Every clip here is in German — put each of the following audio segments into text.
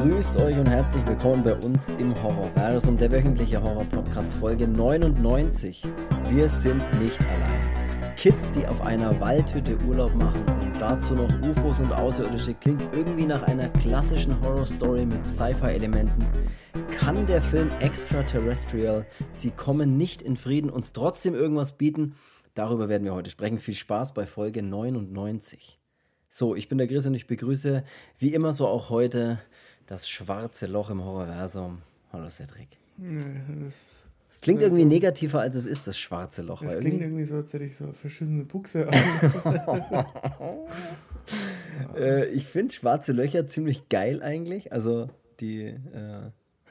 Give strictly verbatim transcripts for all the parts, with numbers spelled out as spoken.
Grüßt euch und herzlich willkommen bei uns im Horrorversum, der wöchentliche Horror-Podcast Folge neunundneunzig. Wir sind nicht allein. Kids, die auf einer Waldhütte Urlaub machen und dazu noch U F Os und Außerirdische, klingt irgendwie nach einer klassischen Horror-Story mit Sci-Fi-Elementen. Kann der Film Extraterrestrial, Sie kommen nicht in Frieden, uns trotzdem irgendwas bieten? Darüber werden wir heute sprechen. Viel Spaß bei Folge neunundneunzig. So, ich bin der Chris und ich begrüße wie immer so auch heute das schwarze Loch im Horrorversum. Hallo Cedric. Nee, das, das klingt irgendwie so negativer, als es ist, das schwarze Loch. Das irgendwie klingt irgendwie so, als hätte ich so verschissene Buchse. äh, ich finde schwarze Löcher ziemlich geil eigentlich. Also die... Äh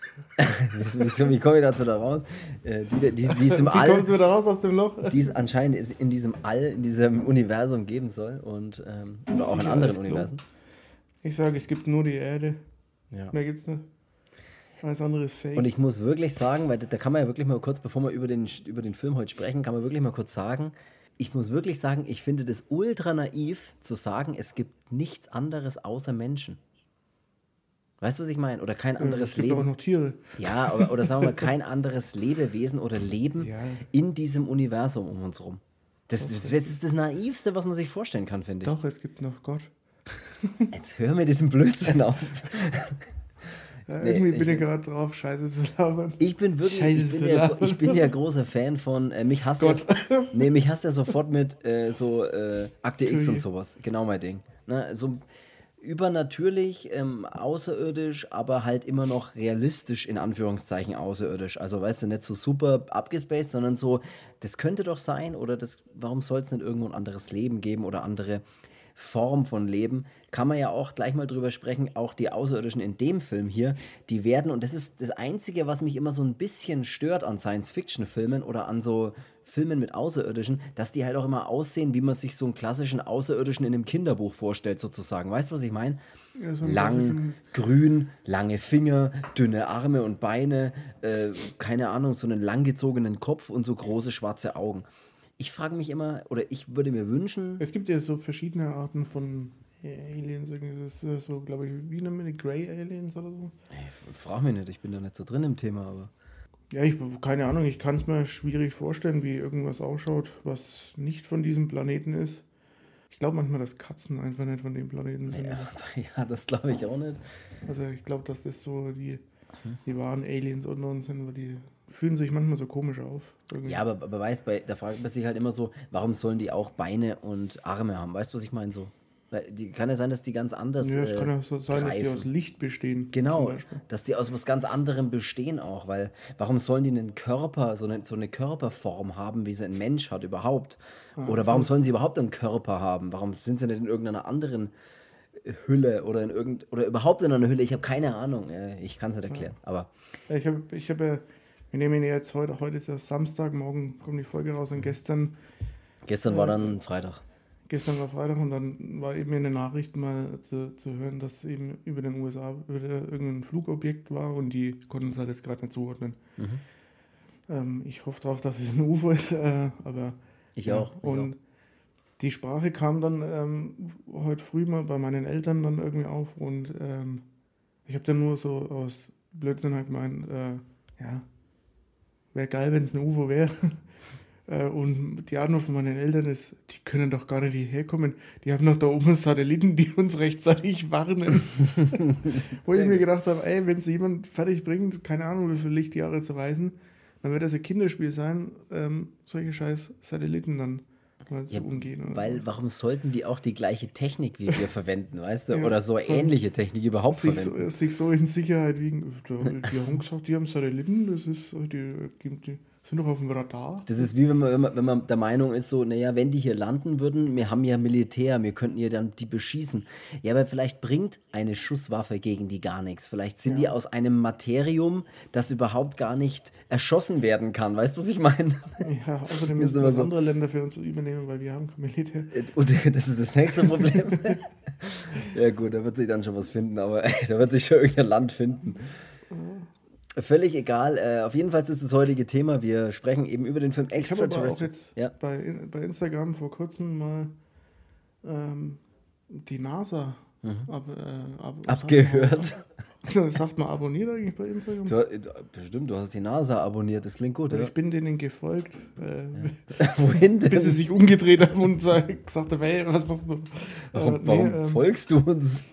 wie, wie komme ich dazu da raus? Äh, die, die, die ist im Wie All, kommst du da raus aus dem Loch? Die es anscheinend in diesem All, in diesem Universum geben soll. Und, ähm, oder auch in anderen Universen. Ich sage, es gibt nur die Erde. Ja. Mehr gibt's nicht. Alles andere ist fake. Und ich muss wirklich sagen, weil da kann man ja wirklich mal kurz, bevor wir über den, über den Film heute sprechen, kann man wirklich mal kurz sagen, ich muss wirklich sagen, ich finde das ultra naiv zu sagen, es gibt nichts anderes außer Menschen. Weißt du, was ich meine? Oder kein anderes es gibt Leben. auch noch Tiere. Ja, oder, oder sagen wir mal, kein anderes Lebewesen oder Leben ja. in diesem Universum um uns rum. Das, das, das ist das Naivste, was man sich vorstellen kann, finde ich. Doch, es gibt noch Gott. Jetzt hör mir diesen Blödsinn auf. Ja, irgendwie nee, bin ich gerade drauf, Scheiße zu labern. Ich bin wirklich, ich bin, ja, ich bin ja großer Fan von, äh, mich hasst Gott. Er, nee, mich hasst er sofort mit äh, so äh, Akte X und sowas. Genau mein Ding. Ne, so übernatürlich, ähm, außerirdisch, aber halt immer noch realistisch, in Anführungszeichen außerirdisch. Also weißt du, nicht so super abgespaced, sondern so, das könnte doch sein oder das, warum soll es nicht irgendwo ein anderes Leben geben oder andere Form von Leben? Kann man ja auch gleich mal drüber sprechen, auch die Außerirdischen in dem Film hier, die werden, und das ist das Einzige, was mich immer so ein bisschen stört an Science-Fiction-Filmen oder an so Filmen mit Außerirdischen, dass die halt auch immer aussehen, wie man sich so einen klassischen Außerirdischen in einem Kinderbuch vorstellt, sozusagen. Weißt du, was ich meine? Ja, so Lang, grün, lange Finger, dünne Arme und Beine, äh, keine Ahnung, so einen langgezogenen Kopf und so große schwarze Augen. Ich frage mich immer, oder ich würde mir wünschen... Es gibt ja so verschiedene Arten von Aliens. Das ist so, glaube ich, wie nennen wir die Grey Aliens oder so? Ich frag mich nicht, ich bin da nicht so drin im Thema, aber... Ja, ich keine Ahnung, ich kann es mir schwierig vorstellen, wie irgendwas ausschaut, was nicht von diesem Planeten ist. Ich glaube manchmal, dass Katzen einfach nicht von dem Planeten sind. Ja, ja das glaube ich auch nicht. Also ich glaube, dass das so die, die wahren Aliens unter uns sind, weil die fühlen sich manchmal so komisch auf. Irgendwie. Ja, aber, aber weißt du, da fragt man sich halt immer so, warum sollen die auch Beine und Arme haben? Weißt du, was ich meine? So, die, kann ja sein, dass die ganz anders Ja, es äh, kann ja so sein, greifen. dass die aus Licht bestehen. Genau, dass die aus was ganz anderem bestehen auch, weil warum sollen die einen Körper, so eine, so eine Körperform haben, wie sie ein Mensch hat überhaupt? Ah, oder warum sollen sie überhaupt einen Körper haben? Warum sind sie nicht in irgendeiner anderen Hülle oder in irgend oder überhaupt in einer Hülle? Ich habe keine Ahnung, ich kann es nicht erklären. Ja. Aber ja, ich habe ich hab ja, wir nehmen ihn jetzt heute, heute ist ja Samstag, morgen kommt die Folge raus und gestern... Gestern äh, war dann Freitag. Gestern war Freitag und dann war eben in den Nachrichten mal zu, zu hören, dass eben über den U S A über irgendein Flugobjekt war und die konnten es halt jetzt gerade nicht zuordnen. Mhm. Ähm, ich hoffe drauf, dass es ein U F O ist, äh, aber... Ich ja, auch. Ich und auch. Die Sprache kam dann ähm, heute früh mal bei meinen Eltern dann irgendwie auf und ähm, ich habe dann nur so aus Blödsinn halt gemeint, äh, ja, wäre geil, wenn es ein U F O wäre. Und die Antwort von meinen Eltern ist, die können doch gar nicht hierher kommen. Die haben doch da oben Satelliten, die uns rechtzeitig warnen. Wo ich mir gedacht habe, ey, wenn es jemand fertig bringt, keine Ahnung, wie viele Lichtjahre zu reisen, dann wird das ein Kinderspiel sein, ähm, solche scheiß Satelliten dann mal ja, zu umgehen. Oder weil, was. Warum sollten die auch die gleiche Technik wie wir verwenden, weißt du? Ja, oder so ähnliche Technik überhaupt sich verwenden? So, sich so in Sicherheit wiegen. Die haben gesagt, die haben Satelliten, das ist, die, die sind doch auf dem Radar. Das ist wie wenn man, wenn man, wenn man der Meinung ist, so, naja, wenn die hier landen würden, wir haben ja Militär, wir könnten ja dann die beschießen. Ja, aber vielleicht bringt eine Schusswaffe gegen die gar nichts. Vielleicht sind ja. die aus einem Materium, das überhaupt gar nicht erschossen werden kann. Weißt du, was ich meine? Ja, außerdem müssen wir so andere Länder für uns übernehmen, weil wir haben kein Militär. Und das ist das nächste Problem. Ja gut, da wird sich dann schon was finden, aber ey, da wird sich schon irgendein Land finden. Völlig egal. Äh, auf jeden Fall ist das heutige Thema. Wir sprechen eben über den Film Extraterrestrial. Ich habe aber auch jetzt ja. bei, bei Instagram vor kurzem mal ähm, die NASA Mhm. Ab, äh, ab, Abgehört. Sagt man, sagt man abonniert eigentlich bei Instagram? Du, du, bestimmt, du hast die NASA abonniert, das klingt gut, Oder ja. ich bin denen gefolgt, äh, Ja. Wohin denn? bis sie sich umgedreht haben und sag, gesagt haben, hey, was machst du? Warum, Äh, nee, warum ähm, folgst du uns?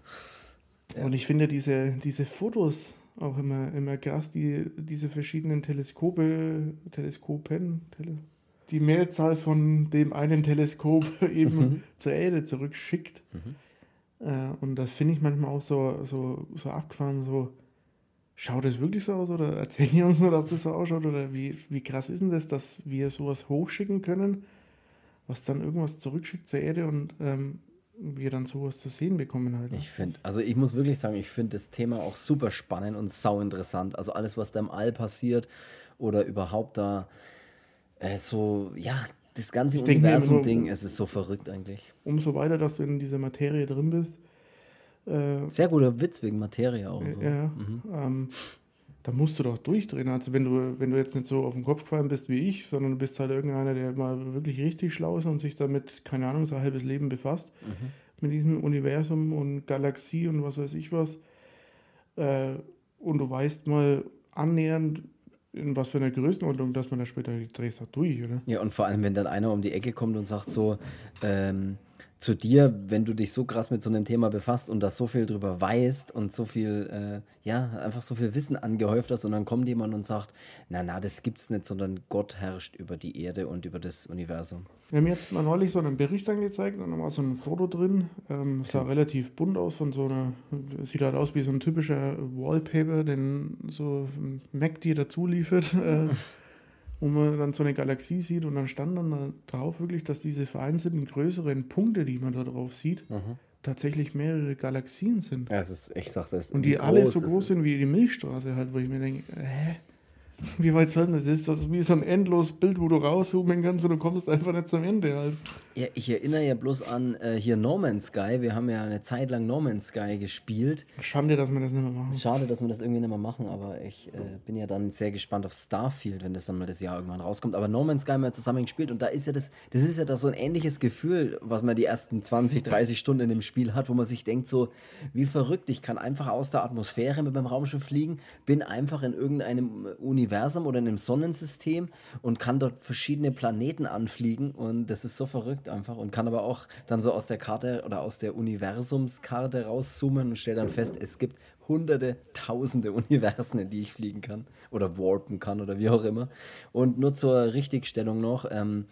Ja. Und ich finde diese, diese Fotos auch immer, immer krass, die, diese verschiedenen Teleskope, Teleskopen, Tele, die Mehrzahl von dem einen Teleskop eben Mhm. zur Erde zurückschickt. Mhm. Äh, und das finde ich manchmal auch so, so, so abgefahren, so, schaut das wirklich so aus oder erzählen die uns nur, dass das so ausschaut oder wie, wie krass ist denn das, dass wir sowas hochschicken können, was dann irgendwas zurückschickt zur Erde und ähm, wir dann sowas zu sehen bekommen halt. Ne? Ich finde, also ich muss wirklich sagen, ich finde das Thema auch super spannend und sau interessant. Also alles, was da im All passiert oder überhaupt da äh, so, ja, das ganze Ich denke mir immer nur, Universum-Ding, es ist so verrückt eigentlich. umso weiter, dass du in dieser Materie drin bist, äh, Sehr guter Witz wegen Materie auch und so. ja, Mhm. ähm, da musst du doch durchdrehen. Also wenn du, wenn du jetzt nicht so auf den Kopf gefallen bist wie ich, sondern du bist halt irgendeiner, der mal wirklich richtig schlau ist und sich damit, keine Ahnung, sein halbes Leben befasst, Mhm. mit diesem Universum und Galaxie und was weiß ich was. Äh, und du weißt mal annähernd, in was für einer Größenordnung, dass man da später drehst da durch, oder? Ja, und vor allem, wenn dann einer um die Ecke kommt und sagt so, ähm, zu dir, wenn du dich so krass mit so einem Thema befasst und da so viel drüber weißt und so viel, äh, ja, einfach so viel Wissen angehäuft hast und dann kommt jemand und sagt, na, na, das gibt's nicht, sondern Gott herrscht über die Erde und über das Universum. Wir haben jetzt mal neulich so einen Bericht angezeigt und da war so ein Foto drin. Ähm, sah relativ bunt aus von so einer, sieht halt aus wie so ein typischer Wallpaper, den so Mac dir dazu liefert, äh, wo man dann so eine Galaxie sieht und dann stand dann da drauf wirklich, dass diese vereinzelten größeren Punkte, die man da drauf sieht, Mhm. tatsächlich mehrere Galaxien sind. Ja, es ist, ich sag das. Und wie die alle so es groß ist. sind wie die Milchstraße halt, wo ich mir denke, hä? Wie weit soll denn das? Ist das wie so ein endloses Bild, wo du rauszoomen kannst und du kommst einfach nicht zum Ende halt. Ja, ich erinnere ja bloß an äh, hier No Man's Sky. Wir haben ja eine Zeit lang No Man's Sky gespielt. Schande, dass wir das nicht mehr machen. Schade, dass wir das irgendwie nicht mehr machen, aber ich äh, bin ja dann sehr gespannt auf Starfield, wenn das dann mal das Jahr irgendwann rauskommt. Aber No Man's Sky haben wir zusammen gespielt und da ist ja das, das ist ja das so ein ähnliches Gefühl, was man die ersten zwanzig, dreißig Stunden in dem Spiel hat, wo man sich denkt so, wie verrückt, ich kann einfach aus der Atmosphäre mit meinem Raumschiff fliegen, bin einfach in irgendeinem Universum oder in einem Sonnensystem und kann dort verschiedene Planeten anfliegen und das ist so verrückt einfach und kann aber auch dann so aus der Karte oder aus der Universumskarte rauszoomen und stelle dann fest, es gibt hunderte, tausende Universen, in die ich fliegen kann oder warpen kann oder wie auch immer. Und nur zur Richtigstellung noch, ähm,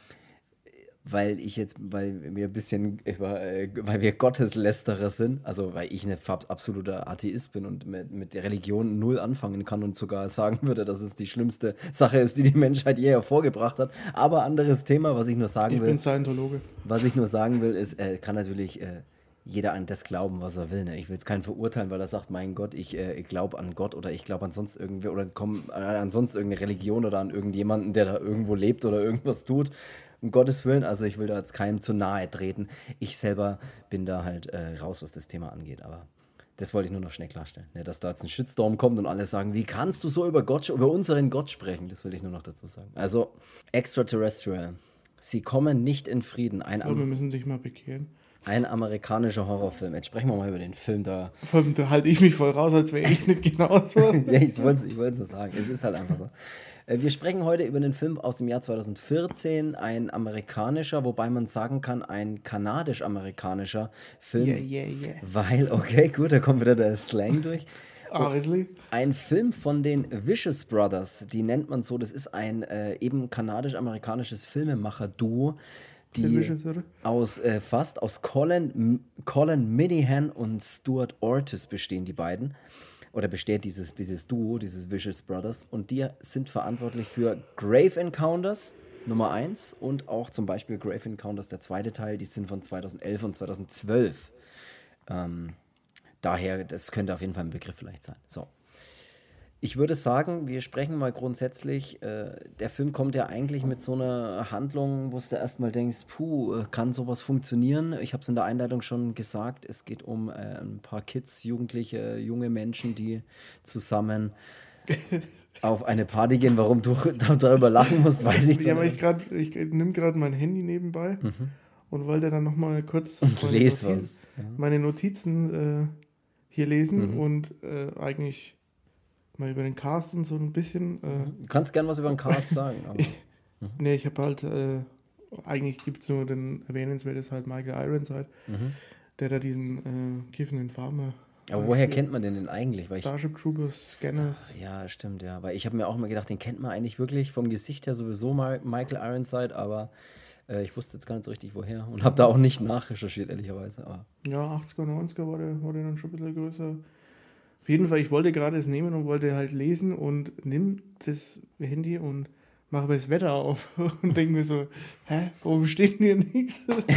weil ich jetzt, weil wir ein bisschen, äh, weil wir Gotteslästerer sind, also weil ich ein absoluter Atheist bin und mit, mit der Religion null anfangen kann und sogar sagen würde, dass es die schlimmste Sache ist, die die Menschheit je hervorgebracht hat. Aber anderes Thema, was ich nur sagen Ich will. bin Scientologe. Was ich nur sagen will, ist, äh, kann natürlich äh, jeder an das glauben, was er will. Ne? Ich will jetzt keinen verurteilen, weil er sagt, mein Gott, ich, äh, ich glaube an Gott oder ich glaube an sonst irgendwie oder komm äh, an sonst irgendeine Religion oder an irgendjemanden, der da irgendwo lebt oder irgendwas tut. Um Gottes Willen, also ich will da jetzt keinem zu nahe treten. Ich selber bin da halt äh, raus, was das Thema angeht, aber das wollte ich nur noch schnell klarstellen. Ne? Dass da jetzt ein Shitstorm kommt und alle sagen, wie kannst du so über Gott, über unseren Gott sprechen? Das will ich nur noch dazu sagen. Also, Extraterrestrial. Sie kommen nicht in Frieden. Ein, Aber wir Am müssen dich mal bekehren. ein amerikanischer Horrorfilm. Jetzt sprechen wir mal über den Film da. Vor allem, da halte ich mich voll raus, als wäre ich nicht genauso. Ja, ich wollte es ich wollt's nur sagen. Es ist halt einfach so. Äh, Wir sprechen heute über den Film aus dem Jahr zweitausendvierzehn, ein amerikanischer, wobei man sagen kann, ein kanadisch-amerikanischer Film. Yeah, yeah, yeah. Weil, okay, gut, da kommt wieder der Slang durch. Obviously. Ein Film von den Vicious Brothers, die nennt man so, das ist ein äh, eben kanadisch-amerikanisches Filmemacher-Duo, die Vicious, oder? aus äh, fast aus Colin, M- Colin Minihan und Stuart Ortiz bestehen, die beiden. Oder besteht dieses, dieses Duo, dieses Vicious Brothers. Und die sind verantwortlich für Grave Encounters Nummer eins und auch zum Beispiel Grave Encounters, der zweite Teil, die sind von zweitausendelf und zweitausendzwölf. Ähm, daher, das könnte auf jeden Fall ein Begriff vielleicht sein. So. Ich würde sagen, wir sprechen mal grundsätzlich, äh, der Film kommt ja eigentlich mit so einer Handlung, wo du erstmal denkst, puh, äh, kann sowas funktionieren? Ich habe es in der Einleitung schon gesagt, es geht um äh, ein paar Kids, Jugendliche, junge Menschen, die zusammen auf eine Party gehen. Warum du darüber lachen musst, weiß ich Ja, zwar aber ich nicht. gerade, ich nehme gerade mein Handy nebenbei Mhm. und wollte dann nochmal kurz Und meine, les Notiz, was. Ja. meine Notizen äh, hier lesen Mhm. und äh, eigentlich mal über den Cast und so ein bisschen. Äh, Du kannst gern was über den Cast sagen. Aber, Nee, ich habe halt, äh, eigentlich gibt es nur den erwähnenswertes halt Michael Ironside, mhm. der da diesen äh, kiffenden Farmer. aber äh, woher spielt. kennt man den denn eigentlich? Weil ich, Starship Troopers, Scanners. ja, stimmt, ja. Weil ich habe mir auch immer gedacht, den kennt man eigentlich wirklich vom Gesicht her sowieso mal Michael Ironside, aber äh, ich wusste jetzt gar nicht so richtig woher und habe da auch nicht nachrecherchiert, ehrlicherweise. Aber Ja, achtziger, neunziger war der, war der dann schon ein bisschen größer. Auf jeden Fall, ich wollte gerade es nehmen und wollte halt lesen und nimm das Handy und mache das Wetter auf und denke mir so, hä, warum steht denn hier nichts?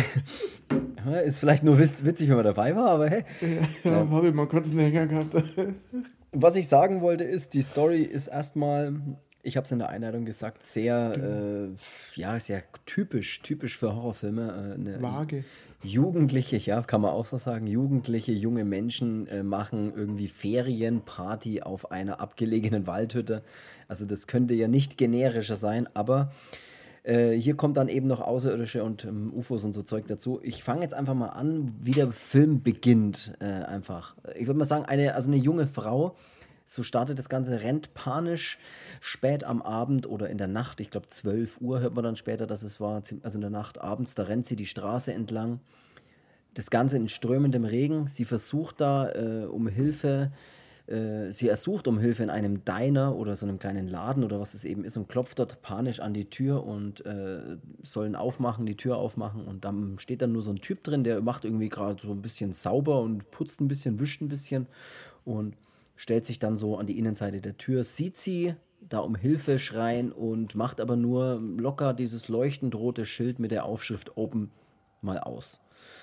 ja, ist vielleicht nur witz- witzig, wenn man dabei war, aber hey. Ja, Ja. habe ich mal kurz einen Hänger gehabt. Was ich sagen wollte ist, die Story ist erstmal, ich habe es in der Einleitung gesagt, sehr, äh, ja, sehr typisch, typisch für Horrorfilme. Äh, eine Vage. Jugendliche, ja, kann man auch so sagen, jugendliche, junge Menschen äh, machen irgendwie Ferienparty auf einer abgelegenen Waldhütte. Also das könnte ja nicht generischer sein, aber äh, hier kommt dann eben noch Außerirdische und ähm, U F Os und so Zeug dazu. Ich fange jetzt einfach mal an, wie der Film beginnt, äh, einfach. Ich würde mal sagen, eine, also eine junge Frau, so startet das Ganze, rennt panisch spät am Abend oder in der Nacht, ich glaube zwölf Uhr hört man dann später, dass es war, ziem- also in der Nacht abends, da rennt sie die Straße entlang. Das Ganze in strömendem Regen. Sie versucht da äh, um Hilfe, äh, sie ersucht um Hilfe in einem Diner oder so einem kleinen Laden oder was es eben ist und klopft dort panisch an die Tür und äh, sollen aufmachen, die Tür aufmachen und dann steht dann nur so ein Typ drin, der macht irgendwie gerade so ein bisschen sauber und putzt ein bisschen, wischt ein bisschen und stellt sich dann so an die Innenseite der Tür, sieht sie da um Hilfe schreien und macht aber nur locker dieses leuchtend rote Schild mit der Aufschrift Open mal aus.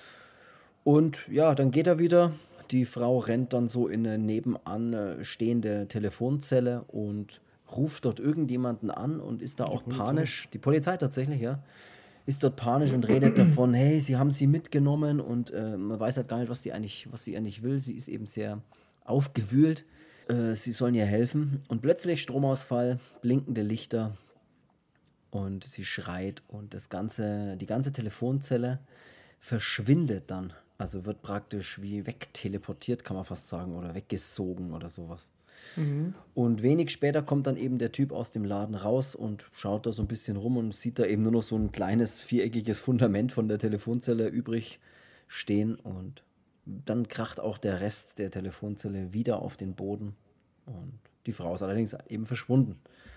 Und ja, dann geht er wieder. Die Frau rennt dann so in eine nebenan äh, stehende Telefonzelle und ruft dort irgendjemanden an und ist da auch Polizei. panisch. Die Polizei tatsächlich, ja. Ist dort panisch und redet davon, hey, sie haben sie mitgenommen und äh, man weiß halt gar nicht, was sie eigentlich, was sie eigentlich will. Sie ist eben sehr aufgewühlt. Äh, sie sollen ihr helfen. Und plötzlich Stromausfall, blinkende Lichter und sie schreit und das ganze, die ganze Telefonzelle verschwindet dann. Also wird praktisch wie wegteleportiert, kann man fast sagen, oder weggesogen oder sowas. Mhm. Und wenig später kommt dann eben der Typ aus dem Laden raus und schaut da so ein bisschen rum und sieht da eben nur noch so ein kleines viereckiges Fundament von der Telefonzelle übrig stehen. Und dann kracht auch der Rest der Telefonzelle wieder auf den Boden. Und die Frau ist allerdings eben verschwunden.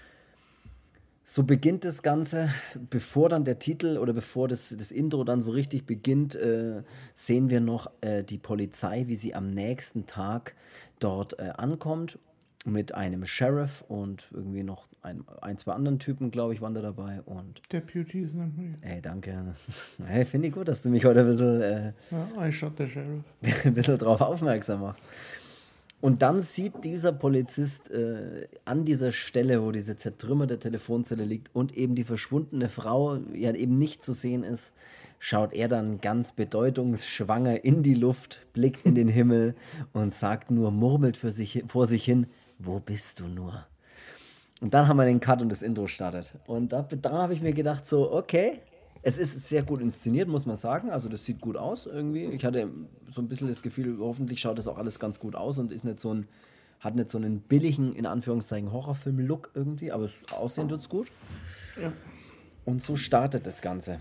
So beginnt das Ganze, bevor dann der Titel oder bevor das, das Intro dann so richtig beginnt, äh, sehen wir noch äh, die Polizei, wie sie am nächsten Tag dort äh, ankommt mit einem Sheriff und irgendwie noch ein, ein zwei anderen Typen, glaube ich, waren da dabei. Und Deputies nennt man die. ey, danke. Hey, finde ich gut, dass du mich heute ein bisschen, äh, Ja, I shot the sheriff. ein bisschen drauf aufmerksam machst. Und dann sieht dieser Polizist äh, an dieser Stelle, wo diese zertrümmerte Telefonzelle liegt und eben die verschwundene Frau ja eben nicht zu sehen ist, schaut er dann ganz bedeutungsschwanger in die Luft, blickt in den Himmel und sagt nur, murmelt für sich, vor sich hin, wo bist du nur? Und dann haben wir den Cut und das Intro startet. Und da, da habe ich mir gedacht, so, okay, es ist sehr gut inszeniert, muss man sagen. Also das sieht gut aus irgendwie. Ich hatte so ein bisschen das Gefühl, hoffentlich schaut das auch alles ganz gut aus und ist nicht so ein, hat nicht so einen billigen, in Anführungszeichen, Horrorfilm-Look irgendwie, aber das Aussehen tut's gut. Ja. Und so startet das Ganze.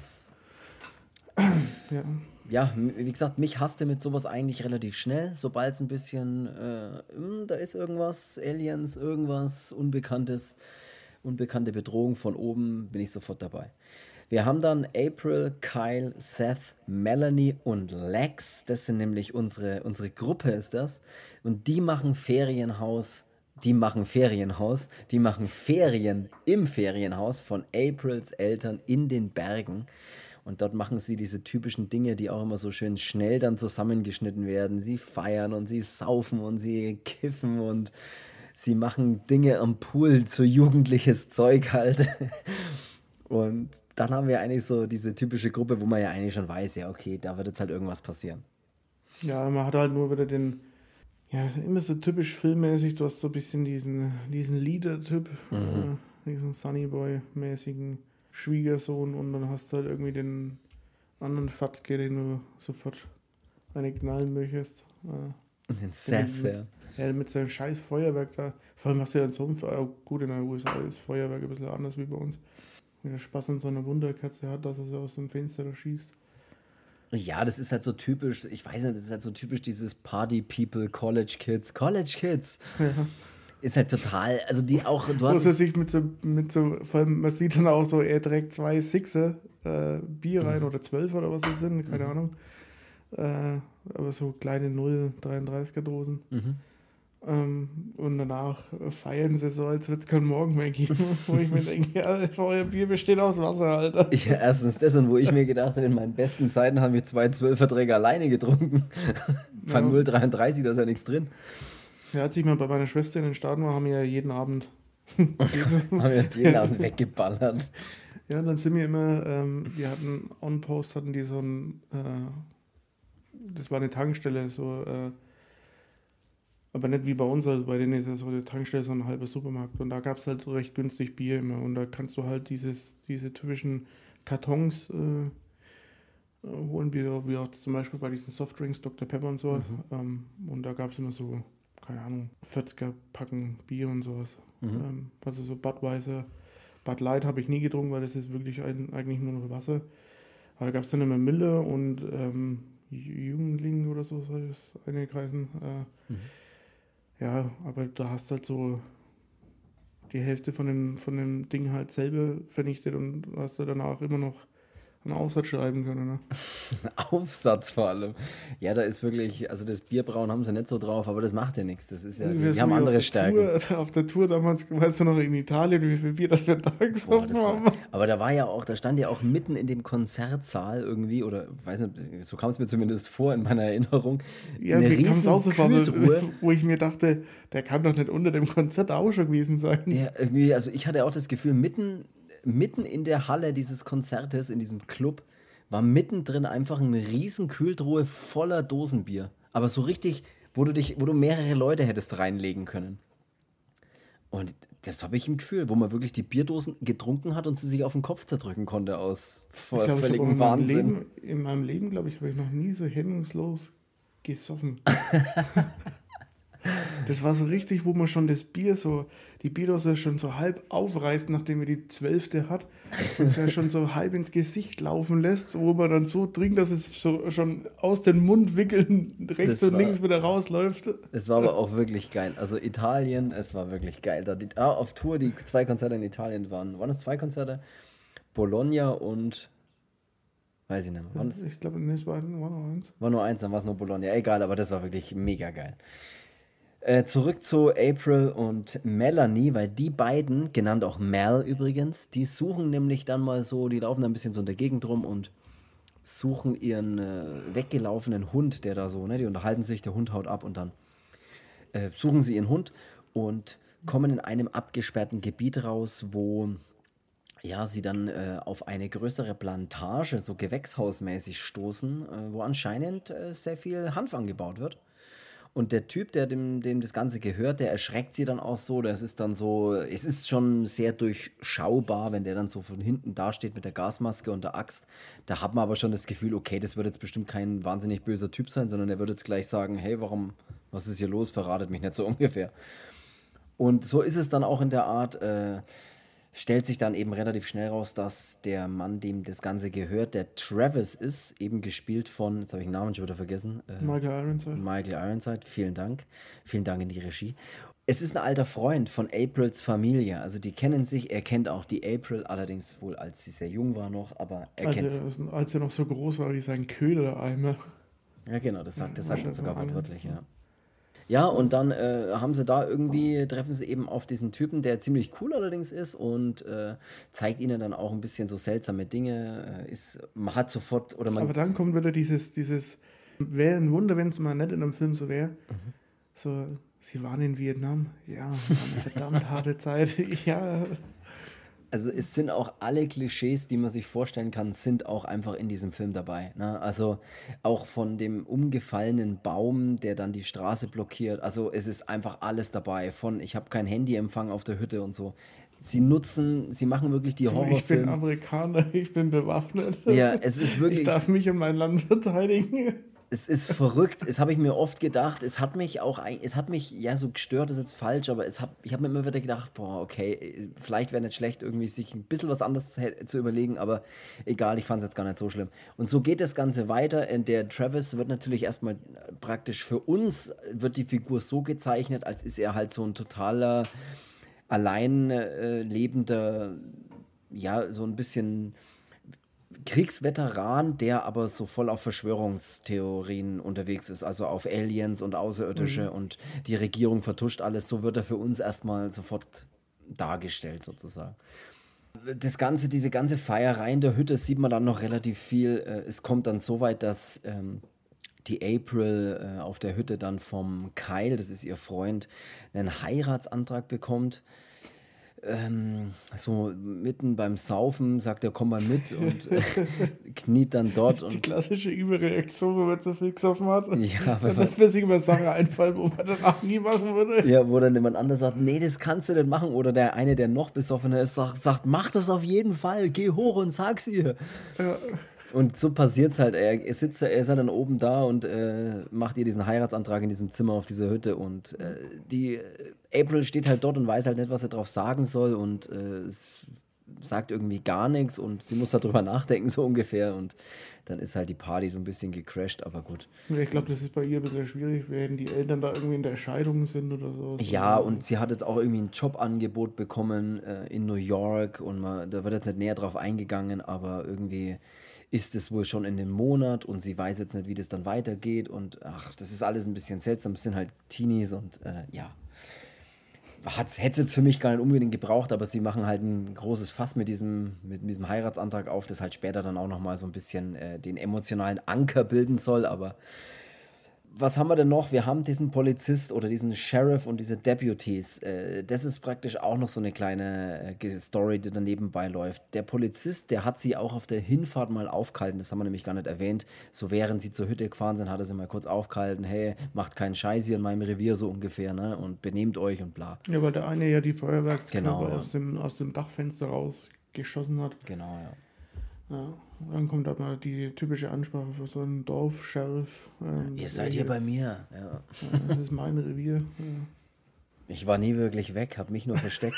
Ja. Ja, m- wie gesagt, mich hasste mit sowas eigentlich relativ schnell, sobald es ein bisschen, äh, hm, da ist irgendwas, Aliens, irgendwas Unbekanntes, unbekannte Bedrohung von oben, bin ich sofort dabei. Wir haben dann April, Kyle, Seth, Melanie und Lex. Das sind nämlich unsere, unsere Gruppe, ist das. Und die machen Ferienhaus, die machen Ferienhaus, die machen Ferien im Ferienhaus von Aprils Eltern in den Bergen. Und dort machen sie diese typischen Dinge, die auch immer so schön schnell dann zusammengeschnitten werden. Sie feiern und sie saufen und sie kiffen und sie machen Dinge am Pool, so jugendliches Zeug halt. Und dann haben wir eigentlich so diese typische Gruppe, wo man ja eigentlich schon weiß, ja, okay, da wird jetzt halt irgendwas passieren. Ja, man hat halt nur wieder den, ja, immer so typisch filmmäßig, du hast so ein bisschen diesen, diesen Leader-Typ, äh, diesen Sunnyboy-mäßigen Schwiegersohn und dann hast du halt irgendwie den anderen Fatzke, den du sofort eine knallen möchtest. Äh, Den Seth, mit, ja. ja, mit seinem scheiß Feuerwerk da. Vor allem hast du ja in so einem Fall, gut, in den U S A ist Feuerwerk ein bisschen anders wie bei uns. Wenn der Spaß an so einer Wunderkerze hat, dass er so aus dem Fenster da schießt. Ja, das ist halt so typisch, ich weiß nicht, das ist halt so typisch dieses Party People, College Kids, College Kids. Ja. Ist halt total, also die auch, du hast Muss er es, sich mit so, mit so, vor allem, man sieht dann auch so, er trägt zwei Sixer äh, Bier rein oder zwölf oder was es sind, keine Mhm. Ahnung. Äh, aber so kleine null dreiunddreißiger Dosen. mhm. Ähm, und danach feiern sie so, als würde es keinen Morgen mehr geben. Wo ich mir denke, ja, euer Bier besteht aus Wasser, Alter. Ich, erstens das und wo ich mir gedacht habe, in meinen besten Zeiten haben wir zwei Zwölferträger alleine getrunken. Beim Ja. null dreiunddreißig, da ist ja nichts drin. Ja, als ich mal bei meiner Schwester in den Staaten war, haben wir ja jeden Abend. Haben wir jetzt jeden Abend weggeballert. Ja, dann sind wir immer, ähm, wir hatten On-Post, hatten die so ein, äh, das war eine Tankstelle, so, äh, aber nicht wie bei uns, also bei denen ist ja so eine Tankstelle so ein halber Supermarkt und da gab es halt recht günstig Bier immer und da kannst du halt dieses, diese typischen Kartons äh, äh, holen, wie, wie auch zum Beispiel bei diesen Softdrinks, Doktor Pepper und sowas. Mhm. Ähm, und da gab es immer so, keine Ahnung, vierziger Packen Bier und sowas. Mhm. Ähm, also so Budweiser. Bud Light habe ich nie getrunken, weil das ist wirklich ein, eigentlich nur noch Wasser. Aber da gab es dann immer Mille und ähm, Jüngling oder so soll das eine heißen. Äh, Mhm. ja, aber da hast du halt so die Hälfte von dem, von dem Ding halt selber vernichtet und hast du danach immer noch einen Aufsatz schreiben können. Ne? Aufsatz vor allem. Ja, da ist wirklich, also das Bierbrauen haben sie nicht so drauf, aber das macht ja nichts. Das ist ja, die, Wir die sind haben wie andere auf der Stärken. Tour, auf der Tour damals, weißt du noch, in Italien, wie viel Bier das wir da Boah, gesoffen das war, haben. aber da war ja auch, da stand ja auch mitten in dem Konzertsaal irgendwie, oder weiß nicht, so kam es mir zumindest vor in meiner Erinnerung, Ja, eine mir kam es riesen auch so vor, Kühltruhe. wo ich mir dachte, der kann doch nicht unter dem Konzert auch schon gewesen sein. Ja, irgendwie, also ich hatte auch das Gefühl, mitten, mitten in der Halle dieses Konzertes, in diesem Club, war mittendrin einfach eine riesen Kühltruhe voller Dosenbier. Aber so richtig, wo du dich, wo du mehrere Leute hättest reinlegen können. Und das habe ich im Gefühl, wo man wirklich die Bierdosen getrunken hat und sie sich auf den Kopf zerdrücken konnte aus Ich voll, glaube, ich habe auch völligem in meinem Wahnsinn. Leben, in meinem Leben, glaube ich, habe ich noch nie so hemmungslos gesoffen. Das war so richtig, wo man schon das Bier so, die Bierdose schon so halb aufreißt, nachdem er die zwölfte hat und es ja schon so halb ins Gesicht laufen lässt, wo man dann so trinkt, dass es so, schon aus den Mundwinkeln rechts Das und war- links wieder rausläuft. Es war aber auch wirklich geil. Also Italien, es war wirklich geil. Da die, ah, auf Tour, die zwei Konzerte in Italien waren. Waren es zwei Konzerte? Bologna und weiß ich nicht mehr. Waren es, Ich glaube, nee, es war, war noch eins. war nur eins, dann war es nur Bologna. Egal, aber das war wirklich mega geil. Äh, zurück zu April und Melanie, weil die beiden, genannt auch Mel übrigens, die suchen nämlich dann mal so, die laufen da ein bisschen so in der Gegend rum und suchen ihren äh, weggelaufenen Hund, der da so, ne, die unterhalten sich, der Hund haut ab und dann äh, suchen sie ihren Hund und kommen in einem abgesperrten Gebiet raus, wo ja, sie dann äh, auf eine größere Plantage, so gewächshausmäßig stoßen, äh, wo anscheinend äh, sehr viel Hanf angebaut wird. Und der Typ, der dem, dem das Ganze gehört, der erschreckt sie dann auch so. Das ist dann so, es ist schon sehr durchschaubar, wenn der dann so von hinten dasteht mit der Gasmaske und der Axt. Da hat man aber schon das Gefühl, okay, das wird jetzt bestimmt kein wahnsinnig böser Typ sein, sondern der wird jetzt gleich sagen, hey, warum, was ist hier los? Verratet mich nicht so ungefähr. Und so ist es dann auch in der Art, äh, stellt sich dann eben relativ schnell raus, dass der Mann, dem das Ganze gehört, der Travis ist, eben gespielt von, jetzt habe ich den Namen schon wieder vergessen, äh, Michael Ironside. Michael Ironside, vielen Dank. Vielen Dank in die Regie. Es ist ein alter Freund von Aprils Familie. Also die kennen sich, er kennt auch die April, allerdings wohl als sie sehr jung war noch, aber er Als kennt. er, als er noch so groß war wie sein Ködereimer. Ja, genau, das sagt, das Ja, sagt er wahrscheinlich sogar noch einer. wortwörtlich, ja. Ja, und dann äh, haben sie da irgendwie, treffen sie eben auf diesen Typen, der ziemlich cool allerdings ist und äh, zeigt ihnen dann auch ein bisschen so seltsame Dinge. Äh, ist, man hat sofort, oder man. Aber dann kommt wieder dieses, dieses, wäre ein Wunder, wenn es mal nicht in einem Film so wäre. Mhm. So, sie waren in Vietnam. Ja, war eine verdammt harte Zeit. Ja, Also es sind auch alle Klischees, die man sich vorstellen kann, sind auch einfach in diesem Film dabei. Ne? Also auch von dem umgefallenen Baum, der dann die Straße blockiert. Also es ist einfach alles dabei. Von ich habe kein Handyempfang auf der Hütte und so. sie nutzen, sie machen wirklich die Horrorfilme. Ich bin Amerikaner, ich bin bewaffnet. Ja, es ist wirklich... Ich darf mich und mein Land verteidigen. Es ist verrückt, das habe ich mir oft gedacht. Es hat mich auch, es hat mich, ja, so gestört, ist jetzt falsch, aber es hat, ich habe mir immer wieder gedacht, boah, okay, vielleicht wäre nicht schlecht, irgendwie sich ein bisschen was anderes zu überlegen, aber egal, ich fand es jetzt gar nicht so schlimm. Und so geht das Ganze weiter. Der Travis wird natürlich erstmal praktisch für uns, wird die Figur so gezeichnet, als ist er halt so ein totaler, allein äh, lebender, ja, so ein bisschen Kriegsveteran, der aber so voll auf Verschwörungstheorien unterwegs ist, also auf Aliens und Außerirdische, mhm. und die Regierung vertuscht alles. So wird er für uns erstmal sofort dargestellt, sozusagen. Das Ganze, diese ganze Feierei in der Hütte sieht man dann noch relativ viel. Es kommt dann so weit, dass ähm, die April äh, auf der Hütte dann vom Kyle, das ist ihr Freund, einen Heiratsantrag bekommt. Ähm, so mitten beim Saufen sagt er, komm mal mit, und äh, kniet dann dort. Das ist die und klassische Überreaktion, wenn man zu viel gesoffen hat. Ja, wenn das mir sich immer Sachen einfallen, wo man danach nie machen würde. Ja, wo dann jemand anderes sagt, nee, das kannst du nicht machen. Oder der eine, der noch besoffener ist, sagt, sagt mach das auf jeden Fall, geh hoch und sag's ihr. Ja. Und so passiert's halt. Er, er sitzt, er ist ja dann oben da und äh, macht ihr diesen Heiratsantrag in diesem Zimmer auf dieser Hütte. Und äh, die April steht halt dort und weiß halt nicht, was er drauf sagen soll, und äh, es sagt irgendwie gar nichts, und sie muss darüber nachdenken, so ungefähr. Und dann ist halt die Party so ein bisschen gecrashed, aber gut. Ich glaube, das ist bei ihr ein bisschen schwierig, wenn die Eltern da irgendwie in der Scheidung sind oder so. Ja, und sie hat jetzt auch irgendwie ein Jobangebot bekommen äh, in New York, und man, da wird jetzt nicht näher drauf eingegangen, aber irgendwie ist es wohl schon in dem Monat, und sie weiß jetzt nicht, wie das dann weitergeht, und ach, das ist alles ein bisschen seltsam, es sind halt Teenies, und äh, ja, hätte es jetzt für mich gar nicht unbedingt gebraucht, aber sie machen halt ein großes Fass mit diesem, mit diesem Heiratsantrag auf, das halt später dann auch nochmal so ein bisschen äh, den emotionalen Anker bilden soll, aber was haben wir denn noch? Wir haben diesen Polizist oder diesen Sheriff und diese Deputies. Äh, das ist praktisch auch noch so eine kleine äh, Story, die da nebenbei läuft. Der Polizist, der hat sie auch auf der Hinfahrt mal aufgehalten, das haben wir nämlich gar nicht erwähnt. So während sie zur Hütte gefahren sind, hat er sie mal kurz aufgehalten. Hey, macht keinen Scheiß hier in meinem Revier so ungefähr, ne? Und benehmt euch und bla. Ja, weil der eine ja die Feuerwerkskörper genau, ja. aus, dem, aus dem Dachfenster rausgeschossen hat. Genau, ja. Ja, dann kommt aber die typische Ansprache für so einen Dorf-Sheriff. Ähm, Ihr seid hier bei mir. Ja. Ja, das ist mein Revier. Ja. Ich war nie wirklich weg, hab mich nur versteckt.